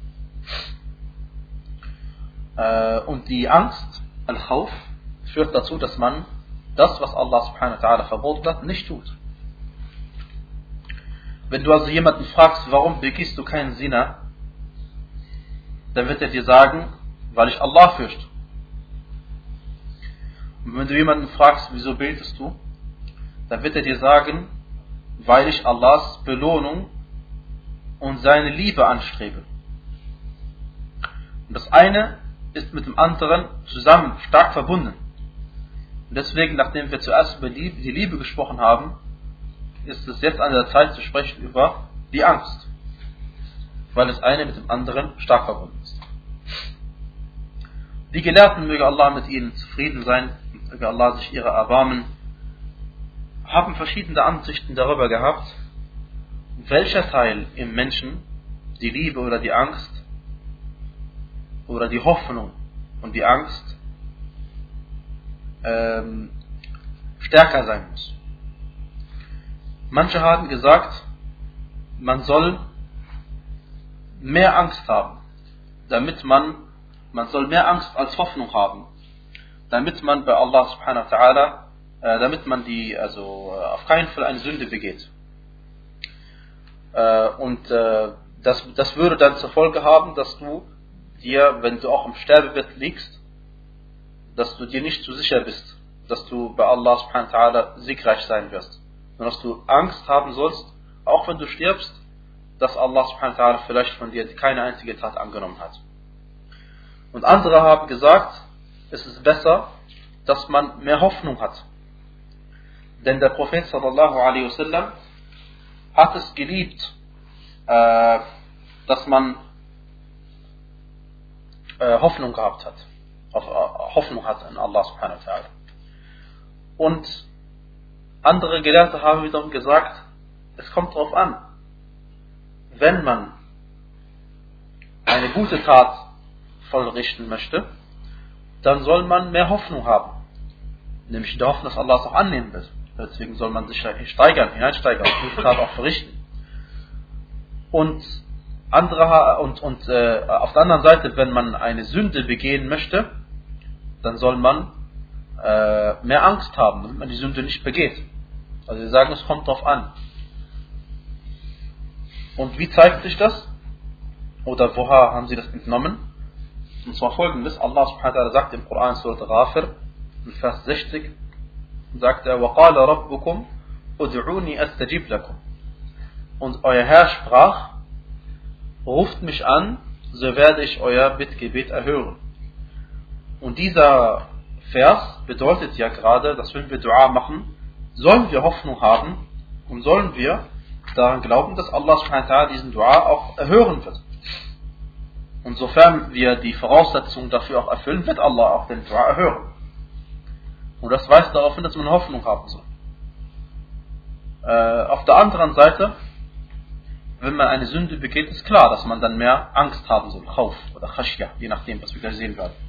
Äh, und die Angst, Al-Khawf, führt dazu, dass man das, was Allah subhanahu wa ta'ala verboten hat, nicht tut. Wenn du also jemanden fragst, warum begehst du keinen Zina, dann wird er dir sagen, weil ich Allah fürchte. Und wenn du jemanden fragst, wieso betest du, dann wird er dir sagen, weil ich Allahs Belohnung und seine Liebe anstrebe. Und das eine ist mit dem anderen zusammen stark verbunden. Und deswegen, nachdem wir zuerst über die Liebe gesprochen haben, ist es jetzt an der Zeit zu sprechen über die Angst. Weil das eine mit dem anderen stark verbunden ist. Die Gelehrten, möge Allah mit ihnen zufrieden sein, möge Allah sich ihrer erbarmen, haben verschiedene Ansichten darüber gehabt, welcher Teil im Menschen die Liebe oder die Angst oder die Hoffnung und die Angst ähm, stärker sein muss. Manche haben gesagt, man soll mehr Angst haben, damit man, man soll mehr Angst als Hoffnung haben, damit man bei Allah subhanahu wa ta'ala, äh, damit man die, also äh, auf keinen Fall eine Sünde begeht. Äh, und äh, das, das würde dann zur Folge haben, dass du dir, wenn du auch im Sterbebett liegst, dass du dir nicht zu sicher bist, dass du bei Allah subhanahu wa ta'ala siegreich sein wirst. Sondern dass du Angst haben sollst, auch wenn du stirbst, dass Allah subhanahu wa ta'ala vielleicht von dir keine einzige Tat angenommen hat. Und andere haben gesagt, es ist besser, dass man mehr Hoffnung hat. Denn der Prophet sallallahu alaihi wasallam hat es geliebt, äh, dass man äh, Hoffnung gehabt hat. Auf, äh, Hoffnung hat an Allah subhanahu wa ta'ala. Und andere Gelehrte haben wiederum gesagt, es kommt darauf an, wenn man eine gute Tat vollrichten möchte, dann soll man mehr Hoffnung haben. Nämlich die Hoffnung, dass Allah es auch annehmen wird. Deswegen soll man sich steigern, hineinsteigern, und gute Tat auch verrichten. Und, andere, und, und äh, auf der anderen Seite, wenn man eine Sünde begehen möchte, dann soll man äh, mehr Angst haben, damit man die Sünde nicht begeht. Also sie sagen, es kommt darauf an. Und wie zeigt sich das? Oder woher haben sie das entnommen? Und zwar folgendes: Allah subhanahu wa ta'ala sagt im Koran, Surat Ghafir, in Vers sechzig, sagt er, وَقَالَ رَبُّكُمْ أُدْعُونِي أَسْتَجِبْ لَكُمْ. Und euer Herr sprach: Ruft mich an, so werde ich euer Bittgebet erhören. Und dieser Vers bedeutet ja gerade, dass wenn wir Dua machen, sollen wir Hoffnung haben und sollen wir daran glauben, dass Allah subhanahu wa ta'ala diesen Dua auch erhören wird. Und sofern wir die Voraussetzungen dafür auch erfüllen, wird Allah auch den Dua erhören. Und das weist darauf hin, dass man Hoffnung haben soll. Äh, auf der anderen Seite, wenn man eine Sünde begeht, ist klar, dass man dann mehr Angst haben soll, Khauf oder Khashya, je nachdem, was wir gleich sehen werden.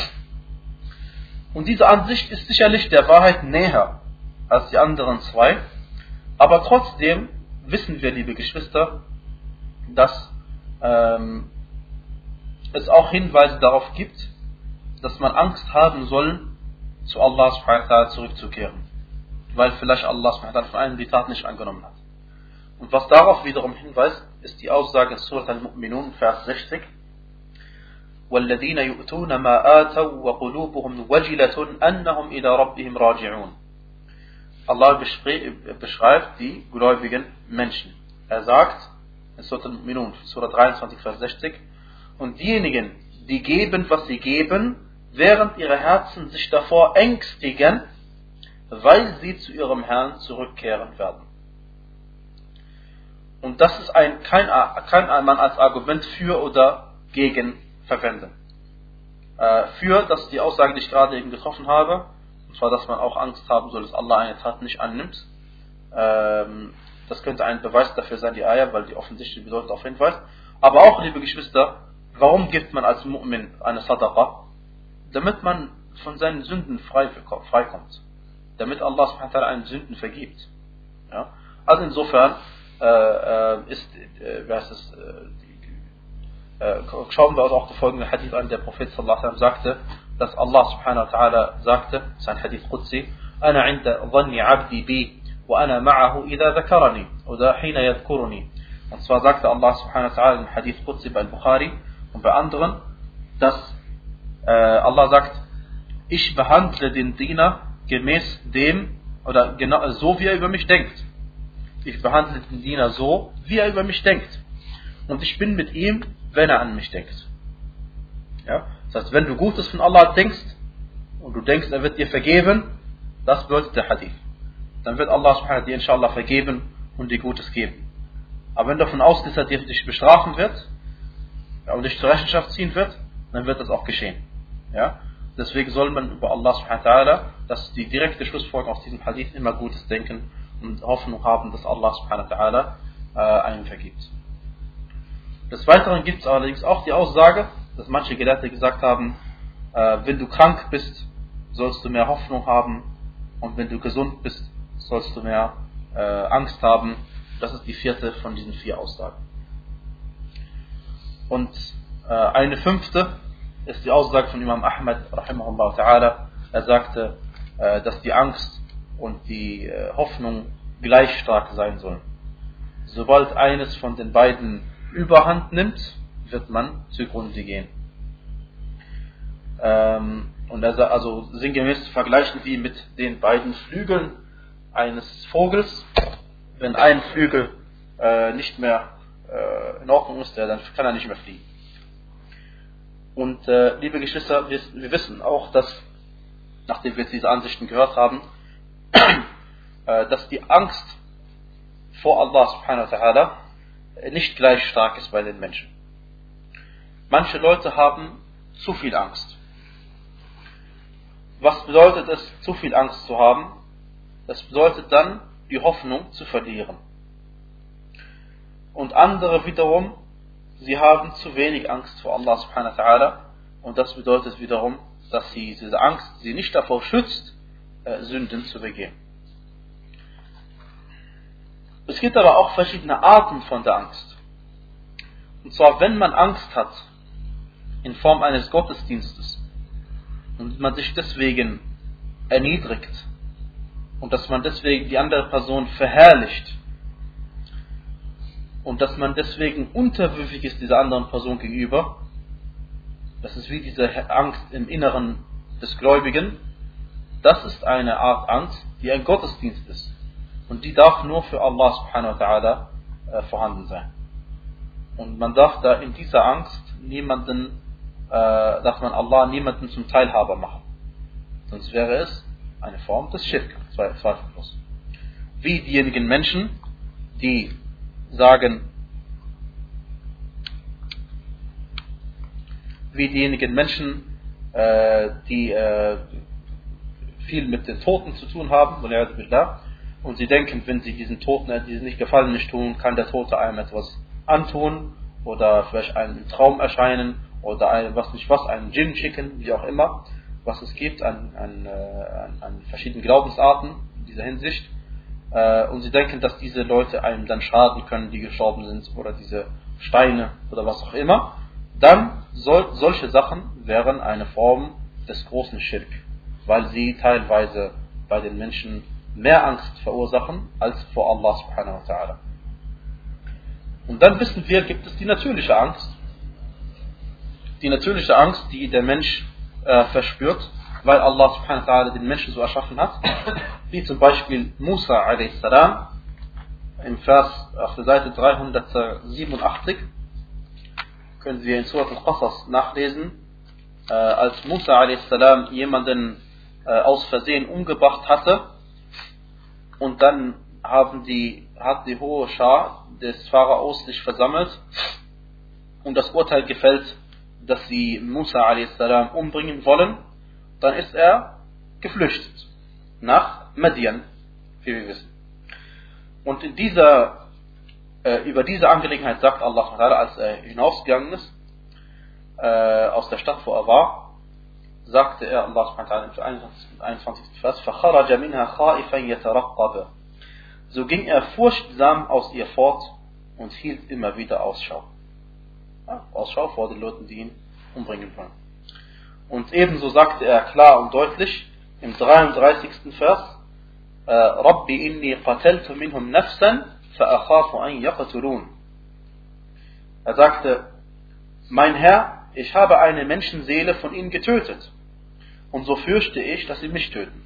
Und diese Ansicht ist sicherlich der Wahrheit näher als die anderen zwei, aber trotzdem wissen wir, liebe Geschwister, dass ähm, es auch Hinweise darauf gibt, dass man Angst haben soll, zu Allah subhanahu wa ta'ala zurückzukehren, weil vielleicht Allah subhanahu wa ta'ala von einem die Tat nicht angenommen hat. Und was darauf wiederum hinweist, ist die Aussage in Surat al-Mu'minun, Vers sechzig: وَالَّذِينَ يُؤْتُونَ مَا آتَوْا وَقُلُوبُهُمْ وَجِلَةٌ أَنَّهُمْ إِلَى رَبِّهِمْ راجعون. Allah beschreibt die gläubigen Menschen. Er sagt in Surat al-Mu'minun, Surat dreiundzwanzig, Vers sechzig: Und diejenigen, die geben, was sie geben, während ihre Herzen sich davor ängstigen, weil sie zu ihrem Herrn zurückkehren werden. Und das ist ein, kein, kann man als Argument für oder gegen verwenden. Äh, für, das ist die Aussage, die ich gerade eben getroffen habe, und zwar, dass man auch Angst haben soll, dass Allah eine Tat nicht annimmt. Ähm, das könnte ein Beweis dafür sein, die Ayah, weil die offensichtlich Bedeutung darauf hinweist. Aber auch, liebe Geschwister, warum gibt man als Mu'min eine Sadaqa? Damit man von seinen Sünden freikommt. Damit Allah subhanahu wa ta'ala einen Sünden vergibt. Ja? Also insofern äh, ist, äh, wer ist es, äh, äh, schauen wir uns auch den folgenden Hadith an, der Prophet sallallahu alaihi wasallam sagte, dass Allah subhanahu wa ta'ala sagte, das ist ein Hadith Qudsi: Ana inda dhanni abdi bi, wa ana ma'ahu idha dhakarani, oder hina yadhkuruni. Und zwar sagte Allah subhanahu wa ta'ala im Hadith Qudsi bei Bukhari und bei anderen, dass äh, Allah sagt: Ich behandle den Diener gemäß dem, oder genau so, wie er über mich denkt. Ich behandle den Diener so, wie er über mich denkt. Und ich bin mit ihm, wenn er an mich denkt. Ja? Das heißt, wenn du Gutes von Allah denkst, und du denkst, er wird dir vergeben, das bedeutet der Hadith. Dann wird Allah subhanahu wa ta'ala dir inshallah vergeben und dir Gutes geben. Aber wenn du davon ausgehst, dass er dich bestrafen wird, ja, und dich zur Rechenschaft ziehen wird, dann wird das auch geschehen. Ja? Deswegen soll man über Allah subhanahu wa ta'ala, das ist die direkte Schlussfolgerung aus diesem Hadith, immer Gutes denken und Hoffnung haben, dass Allah subhanahu wa ta'ala äh, einem vergibt. Des Weiteren gibt es allerdings auch die Aussage, dass manche Gelehrte gesagt haben, äh, wenn du krank bist, sollst du mehr Hoffnung haben, und wenn du gesund bist, sollst du mehr äh, Angst haben. Das ist die vierte von diesen vier Aussagen. Und äh, eine fünfte ist die Aussage von Imam Ahmad rahimahullah ta'ala. Er sagte, äh, dass die Angst und die äh, Hoffnung gleich stark sein sollen. Sobald eines von den beiden Überhand nimmt, wird man zugrunde gehen. Ähm, und er, also sinngemäß zu vergleichen wie mit den beiden Flügeln eines Vogels. Wenn ein Flügel äh, nicht mehr äh, in Ordnung ist, dann kann er nicht mehr fliegen. Und äh, liebe Geschwister, wir, wir wissen auch, dass, nachdem wir jetzt diese Ansichten gehört haben, äh, dass die Angst vor Allah subhanahu wa ta'ala nicht gleich stark ist bei den Menschen. Manche Leute haben zu viel Angst. Was bedeutet es, zu viel Angst zu haben? Das bedeutet dann, die Hoffnung zu verlieren. Und andere wiederum, sie haben zu wenig Angst vor Allah subhanahu wa ta'ala, und das bedeutet wiederum, dass sie diese Angst sie nicht davor schützt, äh, Sünden zu begehen. Es gibt aber auch verschiedene Arten von der Angst. Und zwar, wenn man Angst hat in Form eines Gottesdienstes und man sich deswegen erniedrigt und dass man deswegen die andere Person verherrlicht und dass man deswegen unterwürfig ist dieser anderen Person gegenüber, das ist wie diese Angst im Inneren des Gläubigen. Das ist eine Art Angst, die ein Gottesdienst ist. Und die darf nur für Allah subhanahu wa ta'ala äh, vorhanden sein. Und man darf da in dieser Angst niemanden, äh, darf man Allah niemanden zum Teilhaber machen. Sonst wäre es eine Form des Schirk, zweifellos. Wie diejenigen Menschen, die sagen, wie diejenigen Menschen, äh, die äh, viel mit den Toten zu tun haben, und sie denken, wenn sie diesen Toten, die nicht Gefallen nicht tun, kann der Tote einem etwas antun oder vielleicht einen Traum erscheinen oder ein, was nicht was, einen Djinn schicken, wie auch immer, was es gibt an, an, an, an verschiedenen Glaubensarten in dieser Hinsicht. Und sie denken, dass diese Leute einem dann schaden können, die gestorben sind, oder diese Steine oder was auch immer. Dann soll, solche Sachen wären eine Form des großen Schirk, weil sie teilweise bei den Menschen mehr Angst verursachen als vor Allah subhanahu wa ta'ala. Und dann wissen wir, gibt es die natürliche Angst. Die natürliche Angst, die der Mensch äh, verspürt, weil Allah subhanahu wa ta'ala den Menschen so erschaffen hat. Wie zum Beispiel Musa a.s. im Vers auf der Seite dreihundertsiebenundachtzig. Können Sie in Surat al-Qasas nachlesen. Äh, als Musa a.s. jemanden äh, aus Versehen umgebracht hatte, und dann haben die, hat die hohe Schar des Pharaos sich versammelt und das Urteil gefällt, dass sie Musa a.s. umbringen wollen, dann ist er geflüchtet nach Madian, wie wir wissen. Und in dieser, äh, über diese Angelegenheit sagt Allah, als er hinausgegangen ist, äh, aus der Stadt, wo er war, sagte er, Allah im einundzwanzigsten Vers, فَخَرَجَ مِنْهَا خَائِفًا يَتَرَقَّبَ. So ging er furchtsam aus ihr fort und hielt immer wieder Ausschau. Ja, Ausschau vor den Leuten, die ihn umbringen wollen. Und ebenso sagte er klar und deutlich im dreiunddreißigsten Vers, رَبِّ إِنِّي قَتَلْتُ مِنْهُمْ نَفْسًا فَأَخَافُ أَنْ يَقْتُلُونَ. Er sagte, mein Herr, ich habe eine Menschenseele von ihnen getötet. Und so fürchte ich, dass sie mich töten.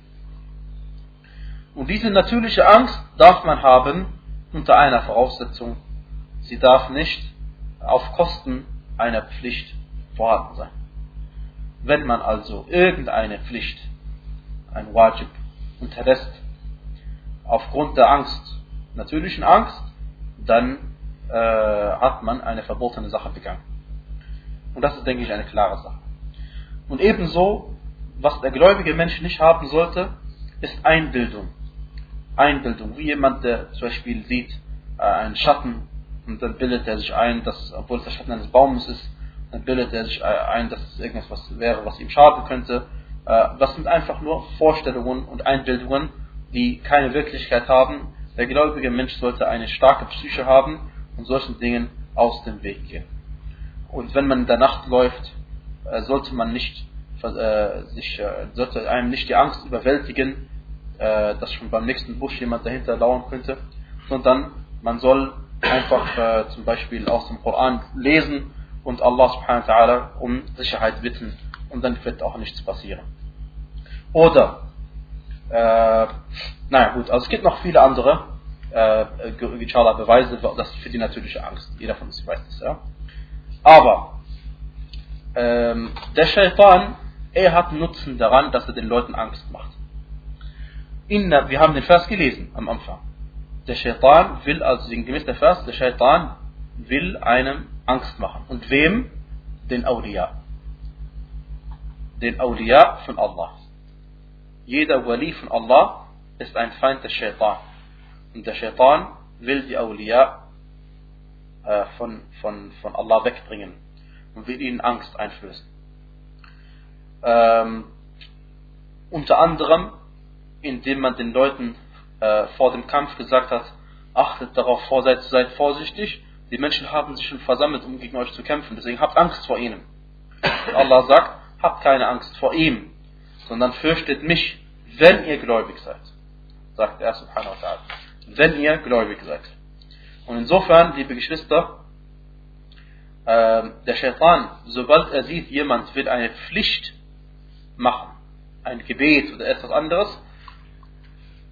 Und diese natürliche Angst darf man haben unter einer Voraussetzung. Sie darf nicht auf Kosten einer Pflicht vorhanden sein. Wenn man also irgendeine Pflicht, ein Wajib, unterlässt, aufgrund der Angst, natürlichen Angst, dann äh, hat man eine verbotene Sache begangen. Und das ist, denke ich, eine klare Sache. Und ebenso, was der gläubige Mensch nicht haben sollte, ist Einbildung. Einbildung, wie jemand, der zum Beispiel sieht äh, einen Schatten und dann bildet er sich ein, dass, obwohl es der Schatten eines Baumes ist, dann bildet er sich ein, dass es irgendwas was wäre, was ihm schaden könnte. Äh, das sind einfach nur Vorstellungen und Einbildungen, die keine Wirklichkeit haben. Der gläubige Mensch sollte eine starke Psyche haben und solchen Dingen aus dem Weg gehen. Und wenn man in der Nacht läuft, äh, sollte man nicht äh, sich, äh, sollte einem nicht die Angst überwältigen, äh, dass schon beim nächsten Busch jemand dahinter lauern könnte, sondern man soll einfach äh, zum Beispiel aus dem Koran lesen und Allah subhanahu wa ta'ala um Sicherheit bitten, und dann wird auch nichts passieren. Oder, äh, naja gut, also es gibt noch viele andere äh, inshallah Beweise, das für die natürliche Angst. Jeder von uns weiß das, ja. Aber ähm, der Shaitan, er hat Nutzen daran, dass er den Leuten Angst macht. Inna, wir haben den Vers gelesen am Anfang. Der Shaitan will, also gemäß der Vers, der Shaitan will einem Angst machen. Und wem? Den Awliya. Den Awliya von Allah. Jeder Wali von Allah ist ein Feind des Shaitan. Und der Shaitan will die Awliya äh, von, von, von Allah wegbringen und will ihnen Angst einflößen. Ähm, unter anderem, indem man den Leuten äh, vor dem Kampf gesagt hat, achtet darauf vor, seid, seid vorsichtig, die Menschen haben sich schon versammelt, um gegen euch zu kämpfen, deswegen habt Angst vor ihnen. Und Allah sagt, habt keine Angst vor ihm, sondern fürchtet mich, wenn ihr gläubig seid, sagt er subhanahu wa ta'ala, wenn ihr gläubig seid. Und insofern, liebe Geschwister, äh, der Shaitan, sobald er sieht, jemand will eine Pflicht machen, ein Gebet oder etwas anderes,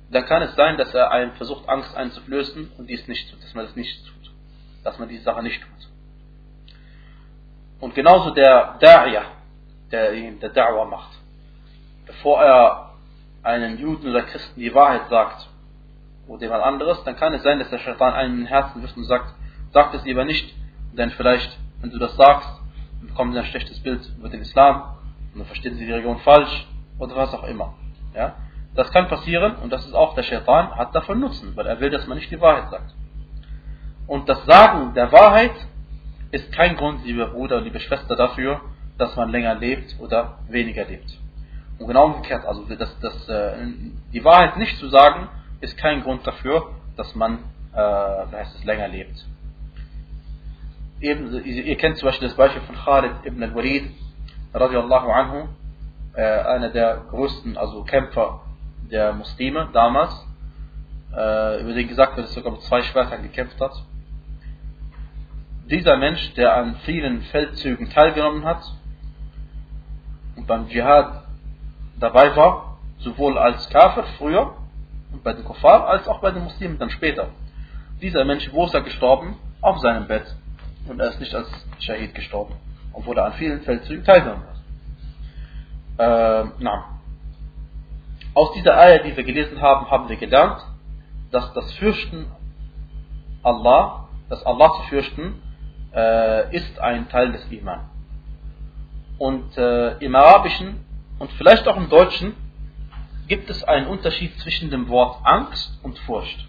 dann kann es sein, dass er einen versucht, Angst einzuflößen und dies nicht tut, dass man das nicht tut, dass man diese Sache nicht tut. Und genauso der Da'iyah, der der Da'wah macht, bevor er einem Juden oder Christen die Wahrheit sagt oder jemand anderes, dann kann es sein, dass der Shaitan einem im Herzen wirft und sagt, sag das lieber nicht, denn vielleicht, wenn du das sagst, bekommen sie ein schlechtes Bild über den Islam und dann verstehen sie die Religion falsch oder was auch immer. Ja? Das kann passieren und das ist auch der Shaitan hat davon Nutzen, weil er will, dass man nicht die Wahrheit sagt. Und das Sagen der Wahrheit ist kein Grund, lieber Bruder, liebe Schwester, dafür, dass man länger lebt oder weniger lebt. Und genau umgekehrt, also das, das, die Wahrheit nicht zu sagen, ist kein Grund dafür, dass man äh, heißt es, länger lebt. Eben, ihr kennt zum Beispiel das Beispiel von Khalid ibn al-Walid, radiallahu anhu, äh, einer der größten also Kämpfer der Muslime damals, äh, über den gesagt wird, dass er sogar mit zwei Schwertern gekämpft hat. Dieser Mensch, der an vielen Feldzügen teilgenommen hat und beim Dschihad dabei war, sowohl als Kafir früher und bei den Kuffar, als auch bei den Muslimen dann später. Dieser Mensch, wo ist er gestorben? Auf seinem Bett. Und er ist nicht als Shahid gestorben, obwohl er an vielen Feldzügen teilgenommen hat. Äh, na. Aus dieser Ayah, die wir gelesen haben, haben wir gelernt, dass das Fürchten Allah, das Allah zu fürchten, äh, ist ein Teil des Iman. Und äh, im Arabischen und vielleicht auch im Deutschen gibt es einen Unterschied zwischen dem Wort Angst und Furcht.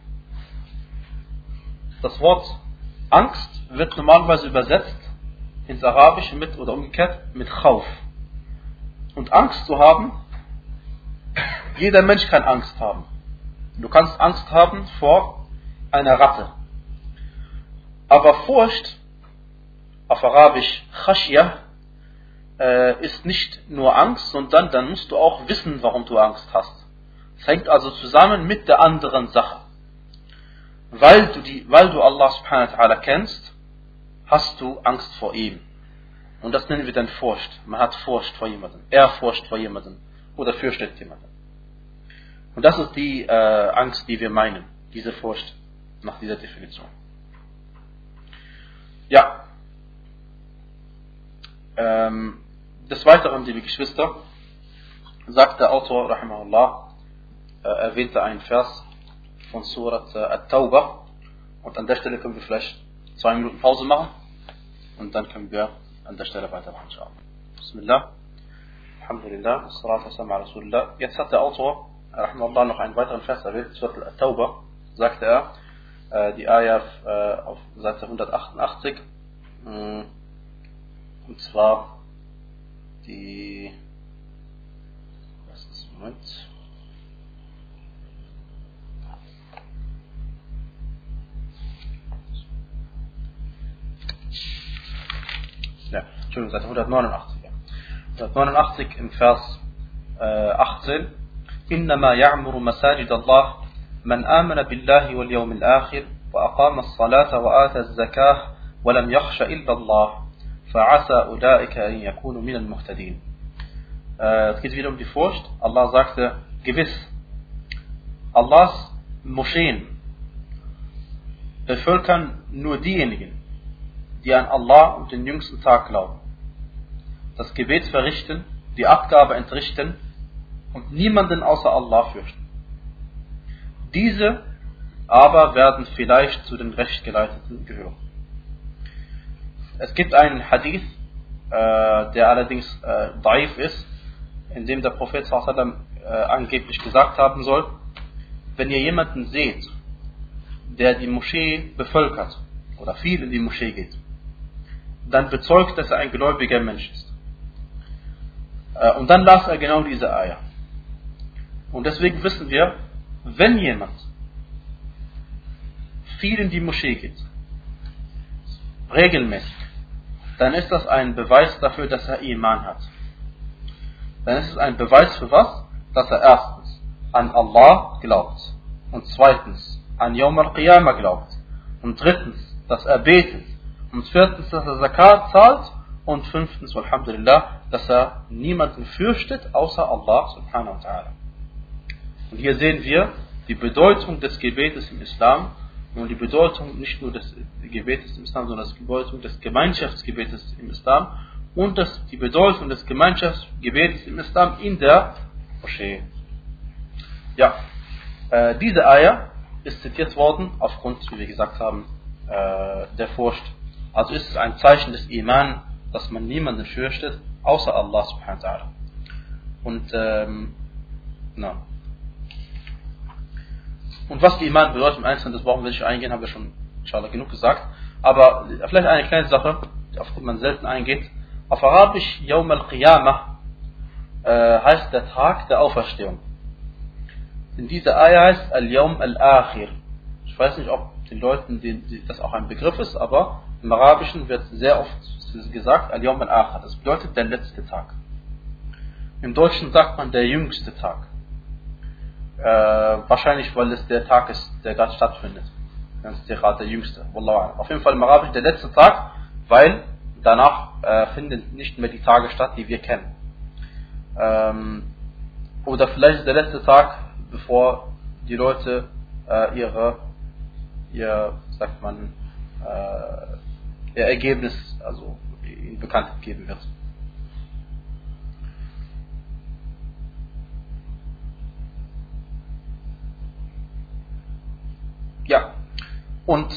Das Wort Angst wird normalerweise übersetzt ins Arabische mit, oder umgekehrt, mit Khauf. Und Angst zu haben, jeder Mensch kann Angst haben. Du kannst Angst haben vor einer Ratte. Aber Furcht, auf Arabisch Khashya, äh, ist nicht nur Angst, sondern dann musst du auch wissen, warum du Angst hast. Es hängt also zusammen mit der anderen Sache. Weil du, die, weil du Allah subhanahu wa ta'ala kennst, hast du Angst vor ihm. Und das nennen wir dann Furcht. Man hat Furcht vor jemandem. Er furcht vor jemandem. Oder fürchtet jemanden. Und das ist die äh, Angst, die wir meinen. Diese Furcht nach dieser Definition. Ja. Ähm, des Weiteren, liebe Geschwister, sagt der Autor, rahimahullah, äh, erwähnte einen Vers von Surat äh, At-Tawbah. Und an der Stelle können wir vielleicht zwei Minuten Pause machen. Und dann können wir an der Stelle weitermachen, inshallah. Bismillah. Alhamdulillah. Wassalatu wassalamu ala Rasulillah. Jetzt hat der Autor, rahimahullah, noch einen weiteren Vers erwähnt. Surat At-Tawbah, sagte er, äh, die Ayah äh, auf Seite hundertachtundachtzig. Mh, und zwar die, was ist, Moment, ja, Entschuldigung, Seite hundertneunundachtzig, ja. hundertneunundachtzig im Vers äh, achtzehn. إنما يعمر مساجد الله من آمن بالله واليوم الآخر وأقام الصلاة وآتى الزكاة ولم يخش إلا الله فعسى أولئك أن يكونوا من المهتدين. Es geht wieder um die Furcht. Allah sagte, gewiss, Allahs Moscheen bevölkern nur diejenigen, die an Allah und den jüngsten Tag glauben, das Gebet verrichten, die Abgabe entrichten und niemanden außer Allah fürchten. Diese aber werden vielleicht zu den Rechtgeleiteten gehören. Es gibt einen Hadith, äh, der allerdings äh, daif ist, in dem der Prophet sallallahu alaihi wasallam äh, angeblich gesagt haben soll, wenn ihr jemanden seht, der die Moschee bevölkert oder viel in die Moschee geht, dann bezeugt, dass er ein gläubiger Mensch ist. Äh, und dann las er genau diese Ayah. Und deswegen wissen wir, wenn jemand viel in die Moschee geht, regelmäßig, dann ist das ein Beweis dafür, dass er Iman hat. Dann ist es ein Beweis für was? Dass er erstens an Allah glaubt und zweitens an Yawm al-Qiyamah glaubt und drittens, dass er betet und viertens, dass er Zakat zahlt und fünftens, alhamdulillah, dass er niemanden fürchtet außer Allah subhanahu wa ta'ala. Und hier sehen wir die Bedeutung des Gebetes im Islam und die Bedeutung nicht nur des Gebetes im Islam, sondern die Bedeutung des Gemeinschaftsgebetes im Islam und das, die Bedeutung des Gemeinschaftsgebetes im Islam in der Moschee. Ja, äh, diese Ayah ist zitiert worden aufgrund, wie wir gesagt haben, äh, der Furcht. Also ist es ein Zeichen des Iman, dass man niemanden fürchtet, außer Allah subhanahu wa ta'ala. Und, ähm, na. Und was die Iman bedeutet im Einzelnen, das brauchen wir nicht eingehen, haben wir schon inshallah genug gesagt. Aber vielleicht eine kleine Sache, auf die man selten eingeht. Auf Arabisch, Yawm al-Qiyamah, äh, heißt der Tag der Auferstehung. In dieser Ayah heißt Al-Yawm al-Akhir. Ich weiß nicht, ob den Leuten die, die, das auch ein Begriff ist, aber im Arabischen wird sehr oft gesagt Al-Yawm al-Akhir. Das bedeutet der letzte Tag. Im Deutschen sagt man der jüngste Tag. Äh, wahrscheinlich, weil es der Tag ist, der gerade stattfindet. Das ist gerade der jüngste. Wallahu. Auf jeden Fall im Arabischen der letzte Tag, weil danach äh, finden nicht mehr die Tage statt, die wir kennen. Ähm, oder vielleicht ist der letzte Tag, bevor die Leute äh, ihre, ihr, sagt man, äh, ihr Ergebnis, also ihnen bekannt gegeben wird. Ja, und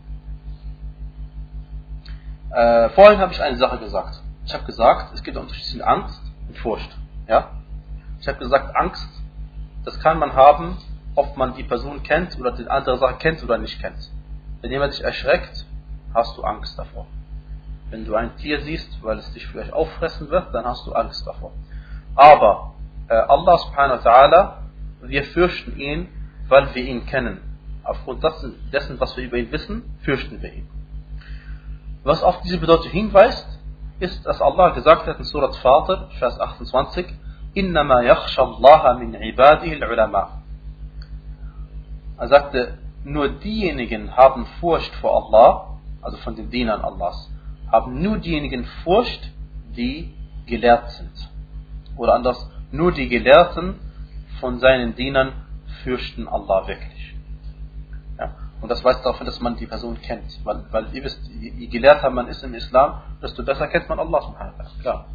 äh, vorhin habe ich eine Sache gesagt. Ich habe gesagt, es gibt einen Unterschied zwischen Angst und Furcht. Ja? Ich habe gesagt, Angst, das kann man haben, ob man die Person kennt oder die andere Sache kennt oder nicht kennt. Wenn jemand dich erschreckt, hast du Angst davor. Wenn du ein Tier siehst, weil es dich vielleicht auffressen wird, dann hast du Angst davor. Aber äh, Allah subhanahu wa ta'ala, wir fürchten ihn, weil wir ihn kennen. Aufgrund dessen, was wir über ihn wissen, fürchten wir ihn. Was auf diese Bedeutung hinweist, ist, dass Allah gesagt hat in Surat Fatir, Vers achtundzwanzig, Innama yakhsha Allah min ibadihi al-ulama. Er sagte, nur diejenigen haben Furcht vor Allah, also von den Dienern Allahs, haben nur diejenigen Furcht, die gelehrt sind. Oder anders, nur die Gelehrten von seinen Dienern fürchten Allah wirklich. Ja. Und das weist darauf hin, dass man die Person kennt. Weil, weil ihr wisst, je gelehrter man ist im Islam, desto besser kennt man Allah subhanahu wa ta'ala. Klar.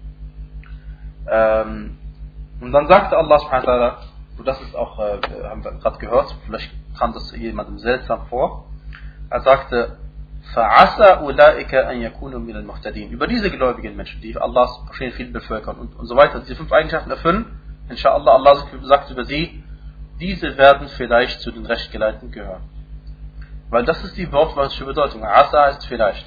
Ähm, und dann sagte Allah subhanahu wa ta'ala, und das ist auch, äh, haben wir gerade gehört, vielleicht kam das jemandem seltsam vor, er sagte, فَعَسَى أُولَٰئِكَ أَنْ يَكُونُوا مِنَ الْمُهْتَدِينَ. Über diese gläubigen Menschen, die Allahs viel bevölkern und, und so weiter, diese fünf Eigenschaften erfüllen, inshallah, Allah sagt über sie, diese werden vielleicht zu den Rechtgeleiteten gehören. Weil das ist die wortwörtliche Bedeutung. Asa ist vielleicht.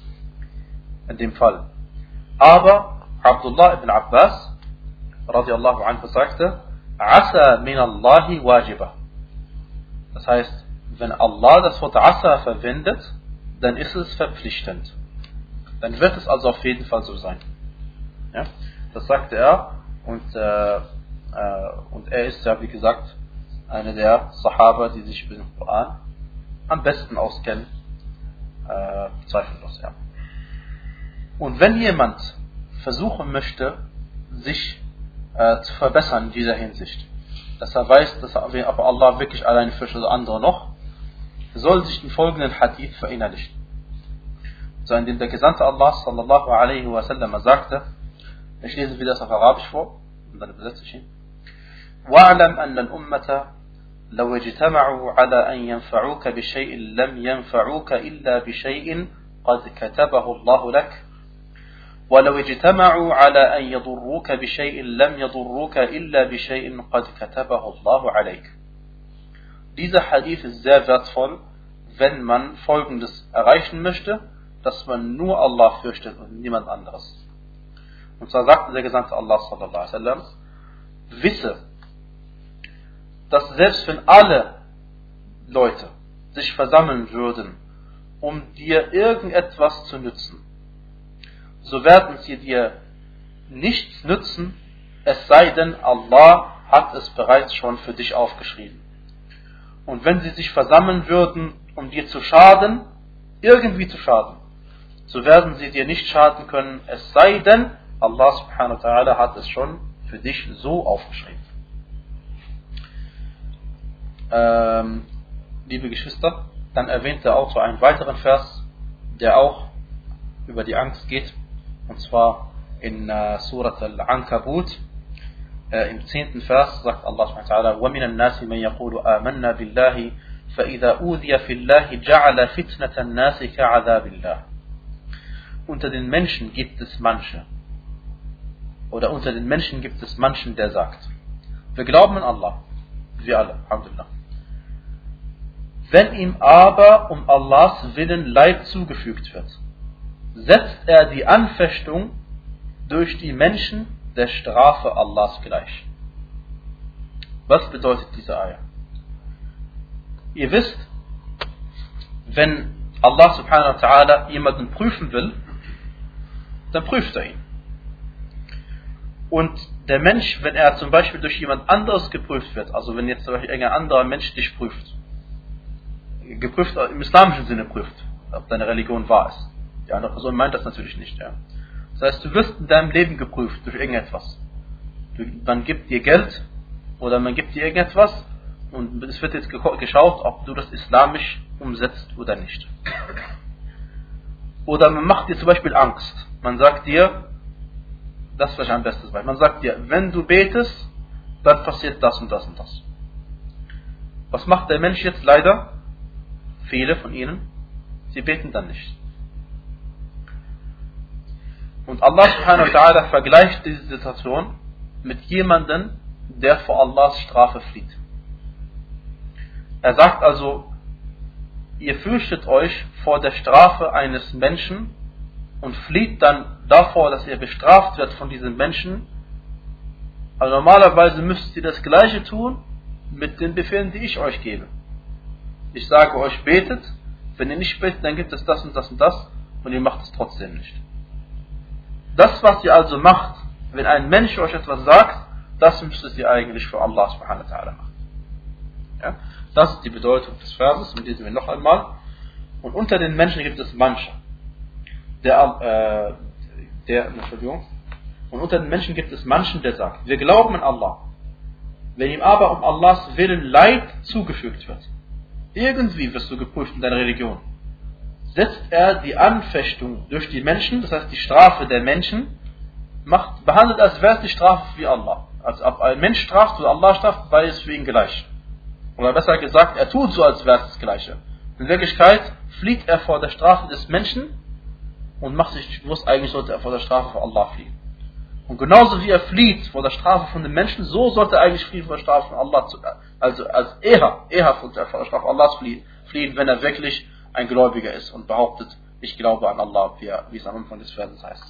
In dem Fall. Aber Abdullah ibn Abbas radiallahu anhu sagte, Asa min Allahi wajiba. Das heißt, wenn Allah das Wort Asa verwendet, dann ist es verpflichtend. Dann wird es also auf jeden Fall so sein. Ja? Das sagte er und, äh, äh, und er ist ja wie gesagt einer der Sahaba, die sich mit dem Koran am besten auskennen, äh, zweifellos, ja. Und wenn jemand versuchen möchte, sich äh, zu verbessern in dieser Hinsicht, dass er weiß, dass er auf Allah wirklich allein fürchtet oder andere noch, soll sich den folgenden Hadith verinnerlichen. So, in dem der Gesandte Allah sallallahu alaihi wa sallam sagte, ich lese wieder das auf Arabisch vor, und dann übersetze ich ihn. وَاعْلَمْ أَنَّ الْأُمَّةَ لو اجتمعوا على أن ينفعوك بشيء لم ينفعوك إلا بشيء قد كتبه الله لك ولو اجتمعوا على أن يضروك بشيء لم يضروك إلا بشيء قد كتبه الله عليك. Dieser Hadith ist sehr wertvoll, wenn man Folgendes erreichen möchte, dass man nur Allah fürchtet und niemand anderes. Und zwar sagte der Gesandte Allah sallallahu alaihi wasallam, wisse, dass selbst wenn alle Leute sich versammeln würden, um dir irgendetwas zu nützen, so werden sie dir nichts nützen, es sei denn, Allah hat es bereits schon für dich aufgeschrieben. Und wenn sie sich versammeln würden, um dir zu schaden, irgendwie zu schaden, so werden sie dir nicht schaden können, es sei denn, Allah subhanahu wa ta'ala hat es schon für dich so aufgeschrieben. ähm, liebe Geschwister, dann erwähnt der Autor einen weiteren Vers, der auch über die Angst geht, und zwar in äh, Surat Al-Ankabut, äh, im zehnten Vers sagt Allah subhanahu wa ta'ala: وَمِنَ النَّاسِ مَنْ يَقُولُ آمَنَّا بِاللَّهِ فَإِذَا أُوذِيَ فِي اللَّهِ جَعَلَ فِتْنَةَ النَّاسِ كَعَذَابِ اللَّهِ. Unter den Menschen gibt es manche, oder unter den Menschen gibt es manchen, der sagt: Wir glauben an Allah, wir alle, Alhamdulillah. Wenn ihm aber um Allahs Willen Leid zugefügt wird, setzt er die Anfechtung durch die Menschen der Strafe Allahs gleich. Was bedeutet diese Ayah? Ihr wisst, wenn Allah subhanahu wa ta'ala jemanden prüfen will, dann prüft er ihn. Und der Mensch, wenn er zum Beispiel durch jemand anderes geprüft wird, also wenn jetzt zum Beispiel ein anderer Mensch dich prüft, geprüft im islamischen Sinne prüft, ob deine Religion wahr ist. Die andere Person meint das natürlich nicht. Ja. Das heißt, du wirst in deinem Leben geprüft durch irgendetwas. Du, man gibt dir Geld oder man gibt dir irgendetwas und es wird jetzt geschaut, ob du das islamisch umsetzt oder nicht. Oder man macht dir zum Beispiel Angst. Man sagt dir, das ist vielleicht ein bestes Beispiel, man sagt dir, wenn du betest, dann passiert das und das und das. Was macht der Mensch jetzt leider? Viele von ihnen, sie beten dann nicht. Und Allah subhanahu wa ta'ala vergleicht diese Situation mit jemandem, der vor Allahs Strafe flieht. Er sagt also, ihr fürchtet euch vor der Strafe eines Menschen und flieht dann davor, dass ihr bestraft werdet von diesem Menschen. Also normalerweise müsst ihr das Gleiche tun mit den Befehlen, die ich euch gebe. Ich sage euch, betet, wenn ihr nicht betet, dann gibt es das und das und das und ihr macht es trotzdem nicht. Das, was ihr also macht, wenn ein Mensch euch etwas sagt, das müsstet ihr eigentlich für Allah subhanahu wa ta'ala machen. Ja? Das ist die Bedeutung des Verses, und lesen wir noch einmal. Und unter den Menschen gibt es manche, der, äh, der, Entschuldigung, und unter den Menschen gibt es manchen, der sagt, wir glauben an Allah. Wenn ihm aber um Allahs Willen Leid zugefügt wird, irgendwie wirst du geprüft in deiner Religion, setzt er die Anfechtung durch die Menschen, das heißt die Strafe der Menschen, macht, behandelt als wäre es die Strafe wie Allah. Als ob ein Mensch straft oder Allah straft, weil es für ihn gleich. Oder besser gesagt, er tut so, als wäre es das Gleiche. In Wirklichkeit flieht er vor der Strafe des Menschen und macht sich bewusst, eigentlich sollte er vor der Strafe von Allah fliehen. Und genauso wie er flieht vor der Strafe von den Menschen, so sollte er eigentlich fliehen vor der Strafe von Allah. Also als eher, eher vor der Strafe Allahs fliehen, fliehen, wenn er wirklich ein Gläubiger ist und behauptet, ich glaube an Allah, wie, er, wie es am Anfang des Verses heißt.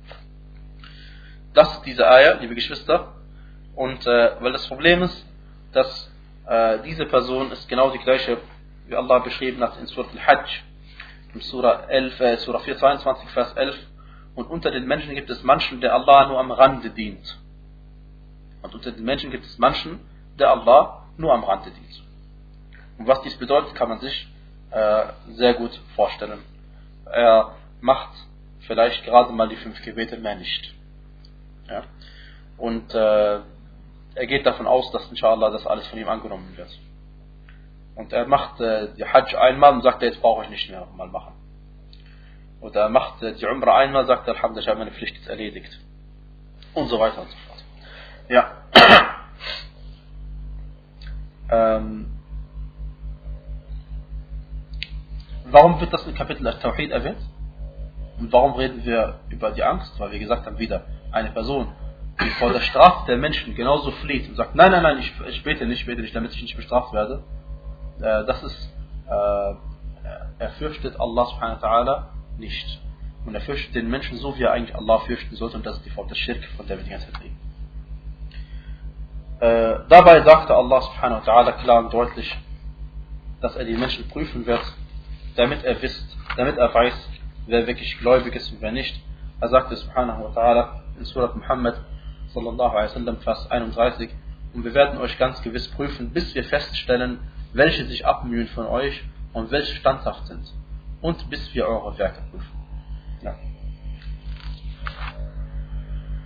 Das ist diese Ayah, liebe Geschwister. Und äh, weil das Problem ist, dass äh, diese Person ist genau die gleiche, wie Allah beschrieben hat in Surah Al-Hajj, in Surah, elf, äh, Surah vier, zweiundzwanzig, Vers elf. Und unter den Menschen gibt es manchen, der Allah nur am Rande dient. Und unter den Menschen gibt es manchen, der Allah nur am Rande dient. Und was dies bedeutet, kann man sich äh, sehr gut vorstellen. Er macht vielleicht gerade mal die fünf Gebete, mehr nicht. Ja? Und äh, er geht davon aus, dass inshallah das alles von ihm angenommen wird. Und er macht äh, die Hajj einmal und sagt, jetzt brauche ich nicht mehr mal machen. Oder er macht äh, die Umrah einmal, sagt er, Alhamdulillah, ich habe meine Pflicht jetzt erledigt. Und so weiter und so fort. Ja. ähm, warum wird das im Kapitel Al-Tawhid erwähnt? Und warum reden wir über die Angst? Weil wir gesagt haben, wieder eine Person, die vor der Strafe der Menschen genauso flieht und sagt, nein, nein, nein, ich, ich bete nicht, ich bete nicht, damit ich nicht bestraft werde. Äh, das ist, äh, er fürchtet Allah subhanahu wa ta'ala nicht. Und er fürchtet den Menschen so, wie er eigentlich Allah fürchten sollte, und das ist die Form des Schirk, von der wir die ganze Zeit reden. Äh, dabei sagte Allah subhanahu wa ta'ala klar und deutlich, dass er die Menschen prüfen wird, damit er wisst, damit er weiß, wer wirklich gläubig ist und wer nicht. Er sagte subhanahu wa ta'ala in Surah Muhammad sallallahu alaihi wasallam, Vers einunddreißig, und wir werden euch ganz gewiss prüfen, bis wir feststellen, welche sich abmühen von euch und welche standhaft sind, und bis wir eure Werke prüfen. Ja.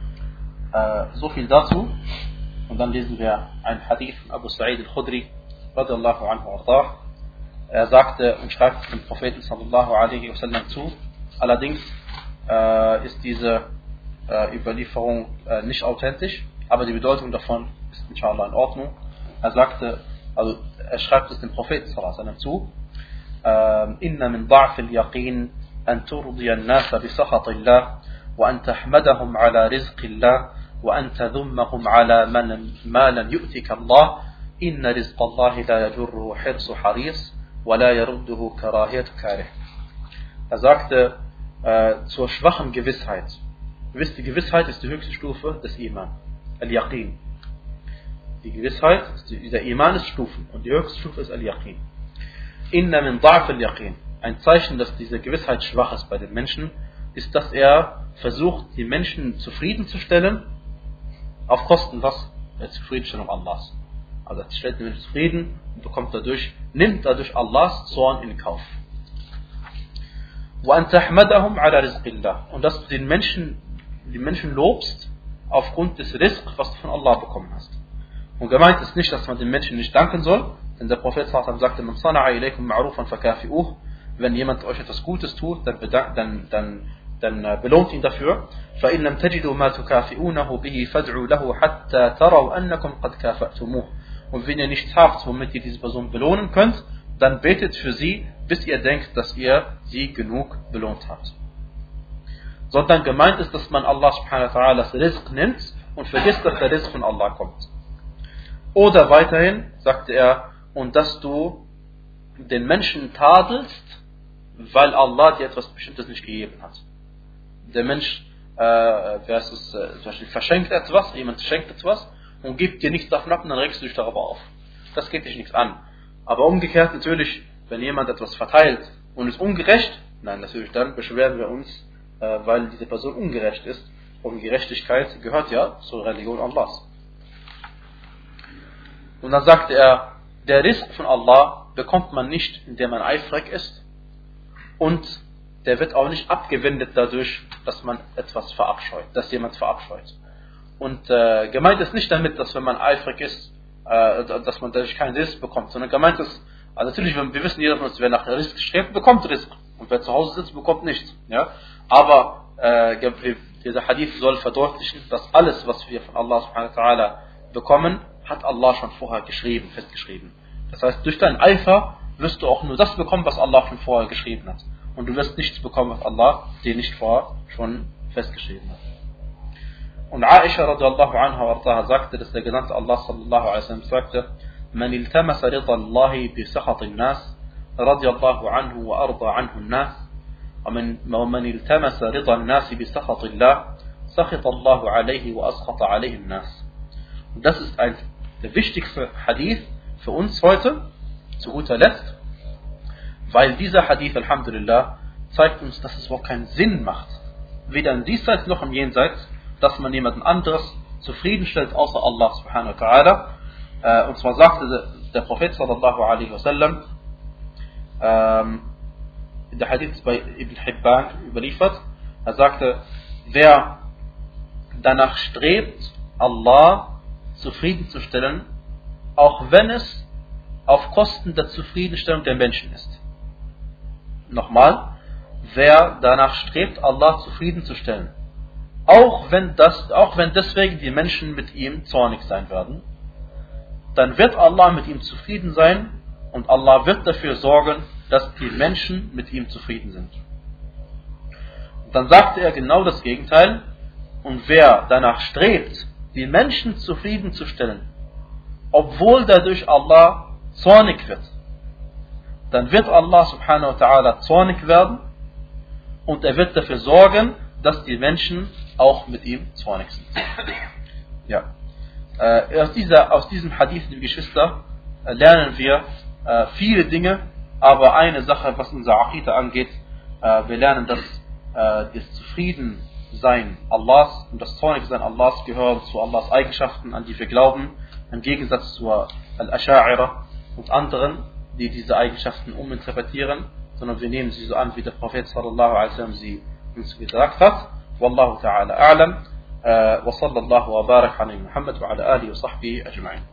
Äh, so viel dazu. Und dann lesen wir ein Hadith von Abu Sa'id al-Khudri radiallahu anhu ardah, er sagte und schreibt dem Propheten sallallahu alaihi wasallam zu, allerdings äh, ist diese äh, Überlieferung äh, nicht authentisch, aber die Bedeutung davon ist inshallah in Ordnung. Er sagte, also er schreibt es dem Propheten sallallahu alaihi wasallam zu, Inna min da'f al-yaqin an turdiya an-nasa bi sakhatillah wa an tahmadahum ala rizqillah wa an tadhummahum ala ma lam yu'tika Allah inna rizqallahi la yajurruhu hirsu haris wa la yarudduhu karahiyatu karih. Er sagte äh, zur schwachen Gewissheit. Wisst, die Gewissheit ist die höchste Stufe des Iman, al-Yaqin. Die Gewissheit, der Iman ist Stufen und die höchste Stufe ist al-Yaqin. Inna min da'f al-Yaqin. Ein Zeichen, dass diese Gewissheit schwach ist bei den Menschen, ist, dass er versucht, die Menschen zufriedenzustellen, auf Kosten was? Der Zufriedenstellung Allahs. Also er stellt die Menschen zufrieden und bekommt dadurch, nimmt dadurch Allahs Zorn in Kauf. Wa an tahmadahum ala rizqillah. Und dass du den Menschen, die Menschen lobst, aufgrund des Rizq, was du von Allah bekommen hast. Und gemeint ist nicht, dass man den Menschen nicht danken soll, denn der Prophet sagte, man sana'a ilaykum ma'rufan fakafi'uh, wenn jemand euch etwas Gutes tut, dann, dann, dann, dann belohnt ihn dafür. فَإِنْ لَمْ تَجِدُوا مَا تُكَافِئُونَهُ بِهِ فَادْعُوا لَهُ حَتَّى تَرَوْا أَنَّكُمْ قَدْ كَافَأْتُمُوهُ. Und wenn ihr nichts habt, womit ihr diese Person belohnen könnt, dann betet für sie, bis ihr denkt, dass ihr sie genug belohnt habt. Sondern gemeint ist, dass man Allah subhanahu wa ta'ala das Rizq nimmt und vergisst, dass der Rizq von Allah kommt. Oder weiterhin, sagte er, und dass du den Menschen tadelst, weil Allah dir etwas Bestimmtes nicht gegeben hat. Der Mensch äh, versus, äh, zum Beispiel verschenkt etwas, jemand schenkt etwas und gibt dir nichts davon ab und dann regst du dich darüber auf. Das geht dich nichts an. Aber umgekehrt natürlich, wenn jemand etwas verteilt und ist ungerecht, nein, natürlich dann beschweren wir uns, äh, weil diese Person ungerecht ist. Und Gerechtigkeit gehört ja zur Religion Allahs. Und dann sagte er, der Rizq von Allah bekommt man nicht, indem man eifrig ist. Und der wird auch nicht abgewendet dadurch, dass man etwas verabscheut, dass jemand verabscheut. Und äh, gemeint ist nicht damit, dass wenn man eifrig ist, äh, dass man dadurch keinen Rizq bekommt, sondern gemeint ist, also natürlich, wir wissen jeder von uns, wer nach Rizq strebt, bekommt Rizq. Und wer zu Hause sitzt, bekommt nichts. Ja? Aber äh, dieser Hadith soll verdeutlichen, dass alles, was wir von Allah subhanahu wa ta'ala bekommen, hat Allah schon vorher geschrieben, festgeschrieben. Das heißt, durch deinen Eifer wirst du auch nur das bekommen, was Allah schon vorher geschrieben hat. Und du wirst nichts bekommen, was Allah dir nicht vorher schon festgeschrieben hat. Und Aisha radiallahu anha wartaha sagte, dass der Gesandte Allah sallallahu alaihi wasallam sagte, Man iltamasa rida Allahi bi sakhatin nas, radiallahu anhu wa arda anhu nas, ومن التمس رضا الناس بسخط الله سخط الله عليه وأسخط عليه الناس. Und das ist ein, der wichtigste Hadith für uns heute, zu guter Letzt, weil dieser Hadith, Alhamdulillah, zeigt uns, dass es überhaupt keinen Sinn macht, weder im Diesseits noch im Jenseits, dass man jemanden anderes zufriedenstellt, außer Allah subhanahu wa ta'ala. Und zwar sagte der Prophet sallallahu alaihi wasallam, ähm, der Hadith ist bei Ibn Hibban überliefert, er sagte, wer danach strebt, Allah zufriedenzustellen, auch wenn es auf Kosten der Zufriedenstellung der Menschen ist. Nochmal, wer danach strebt, Allah zufriedenzustellen, auch wenn, das, auch wenn deswegen die Menschen mit ihm zornig sein werden, dann wird Allah mit ihm zufrieden sein und Allah wird dafür sorgen, dass die Menschen mit ihm zufrieden sind. Und dann sagte er genau das Gegenteil. Und wer danach strebt, die Menschen zufriedenzustellen, obwohl dadurch Allah zornig wird, dann wird Allah subhanahu wa ta'ala zornig werden und er wird dafür sorgen, dass die Menschen auch mit ihm zornig sind. Ja. Äh, aus, dieser, aus diesem Hadith, liebe Geschwister, äh, lernen wir äh, viele Dinge. Aber eine Sache, was unser Aqida angeht, äh, wir lernen, dass äh, das Zufriedensein Allahs und das Zornigsein Allahs gehören zu Allahs Eigenschaften, an die wir glauben, im Gegensatz zu Al-Asha'ira und anderen, die diese Eigenschaften uminterpretieren, sondern wir nehmen sie so an, wie der Prophet sallallahu alaihi wasallam sie uns gesagt hat. Wallahu ta'ala a'lam. Wa sallallahu wa barak ala Muhammad wa ala alihi wa sahbihi ajma'in.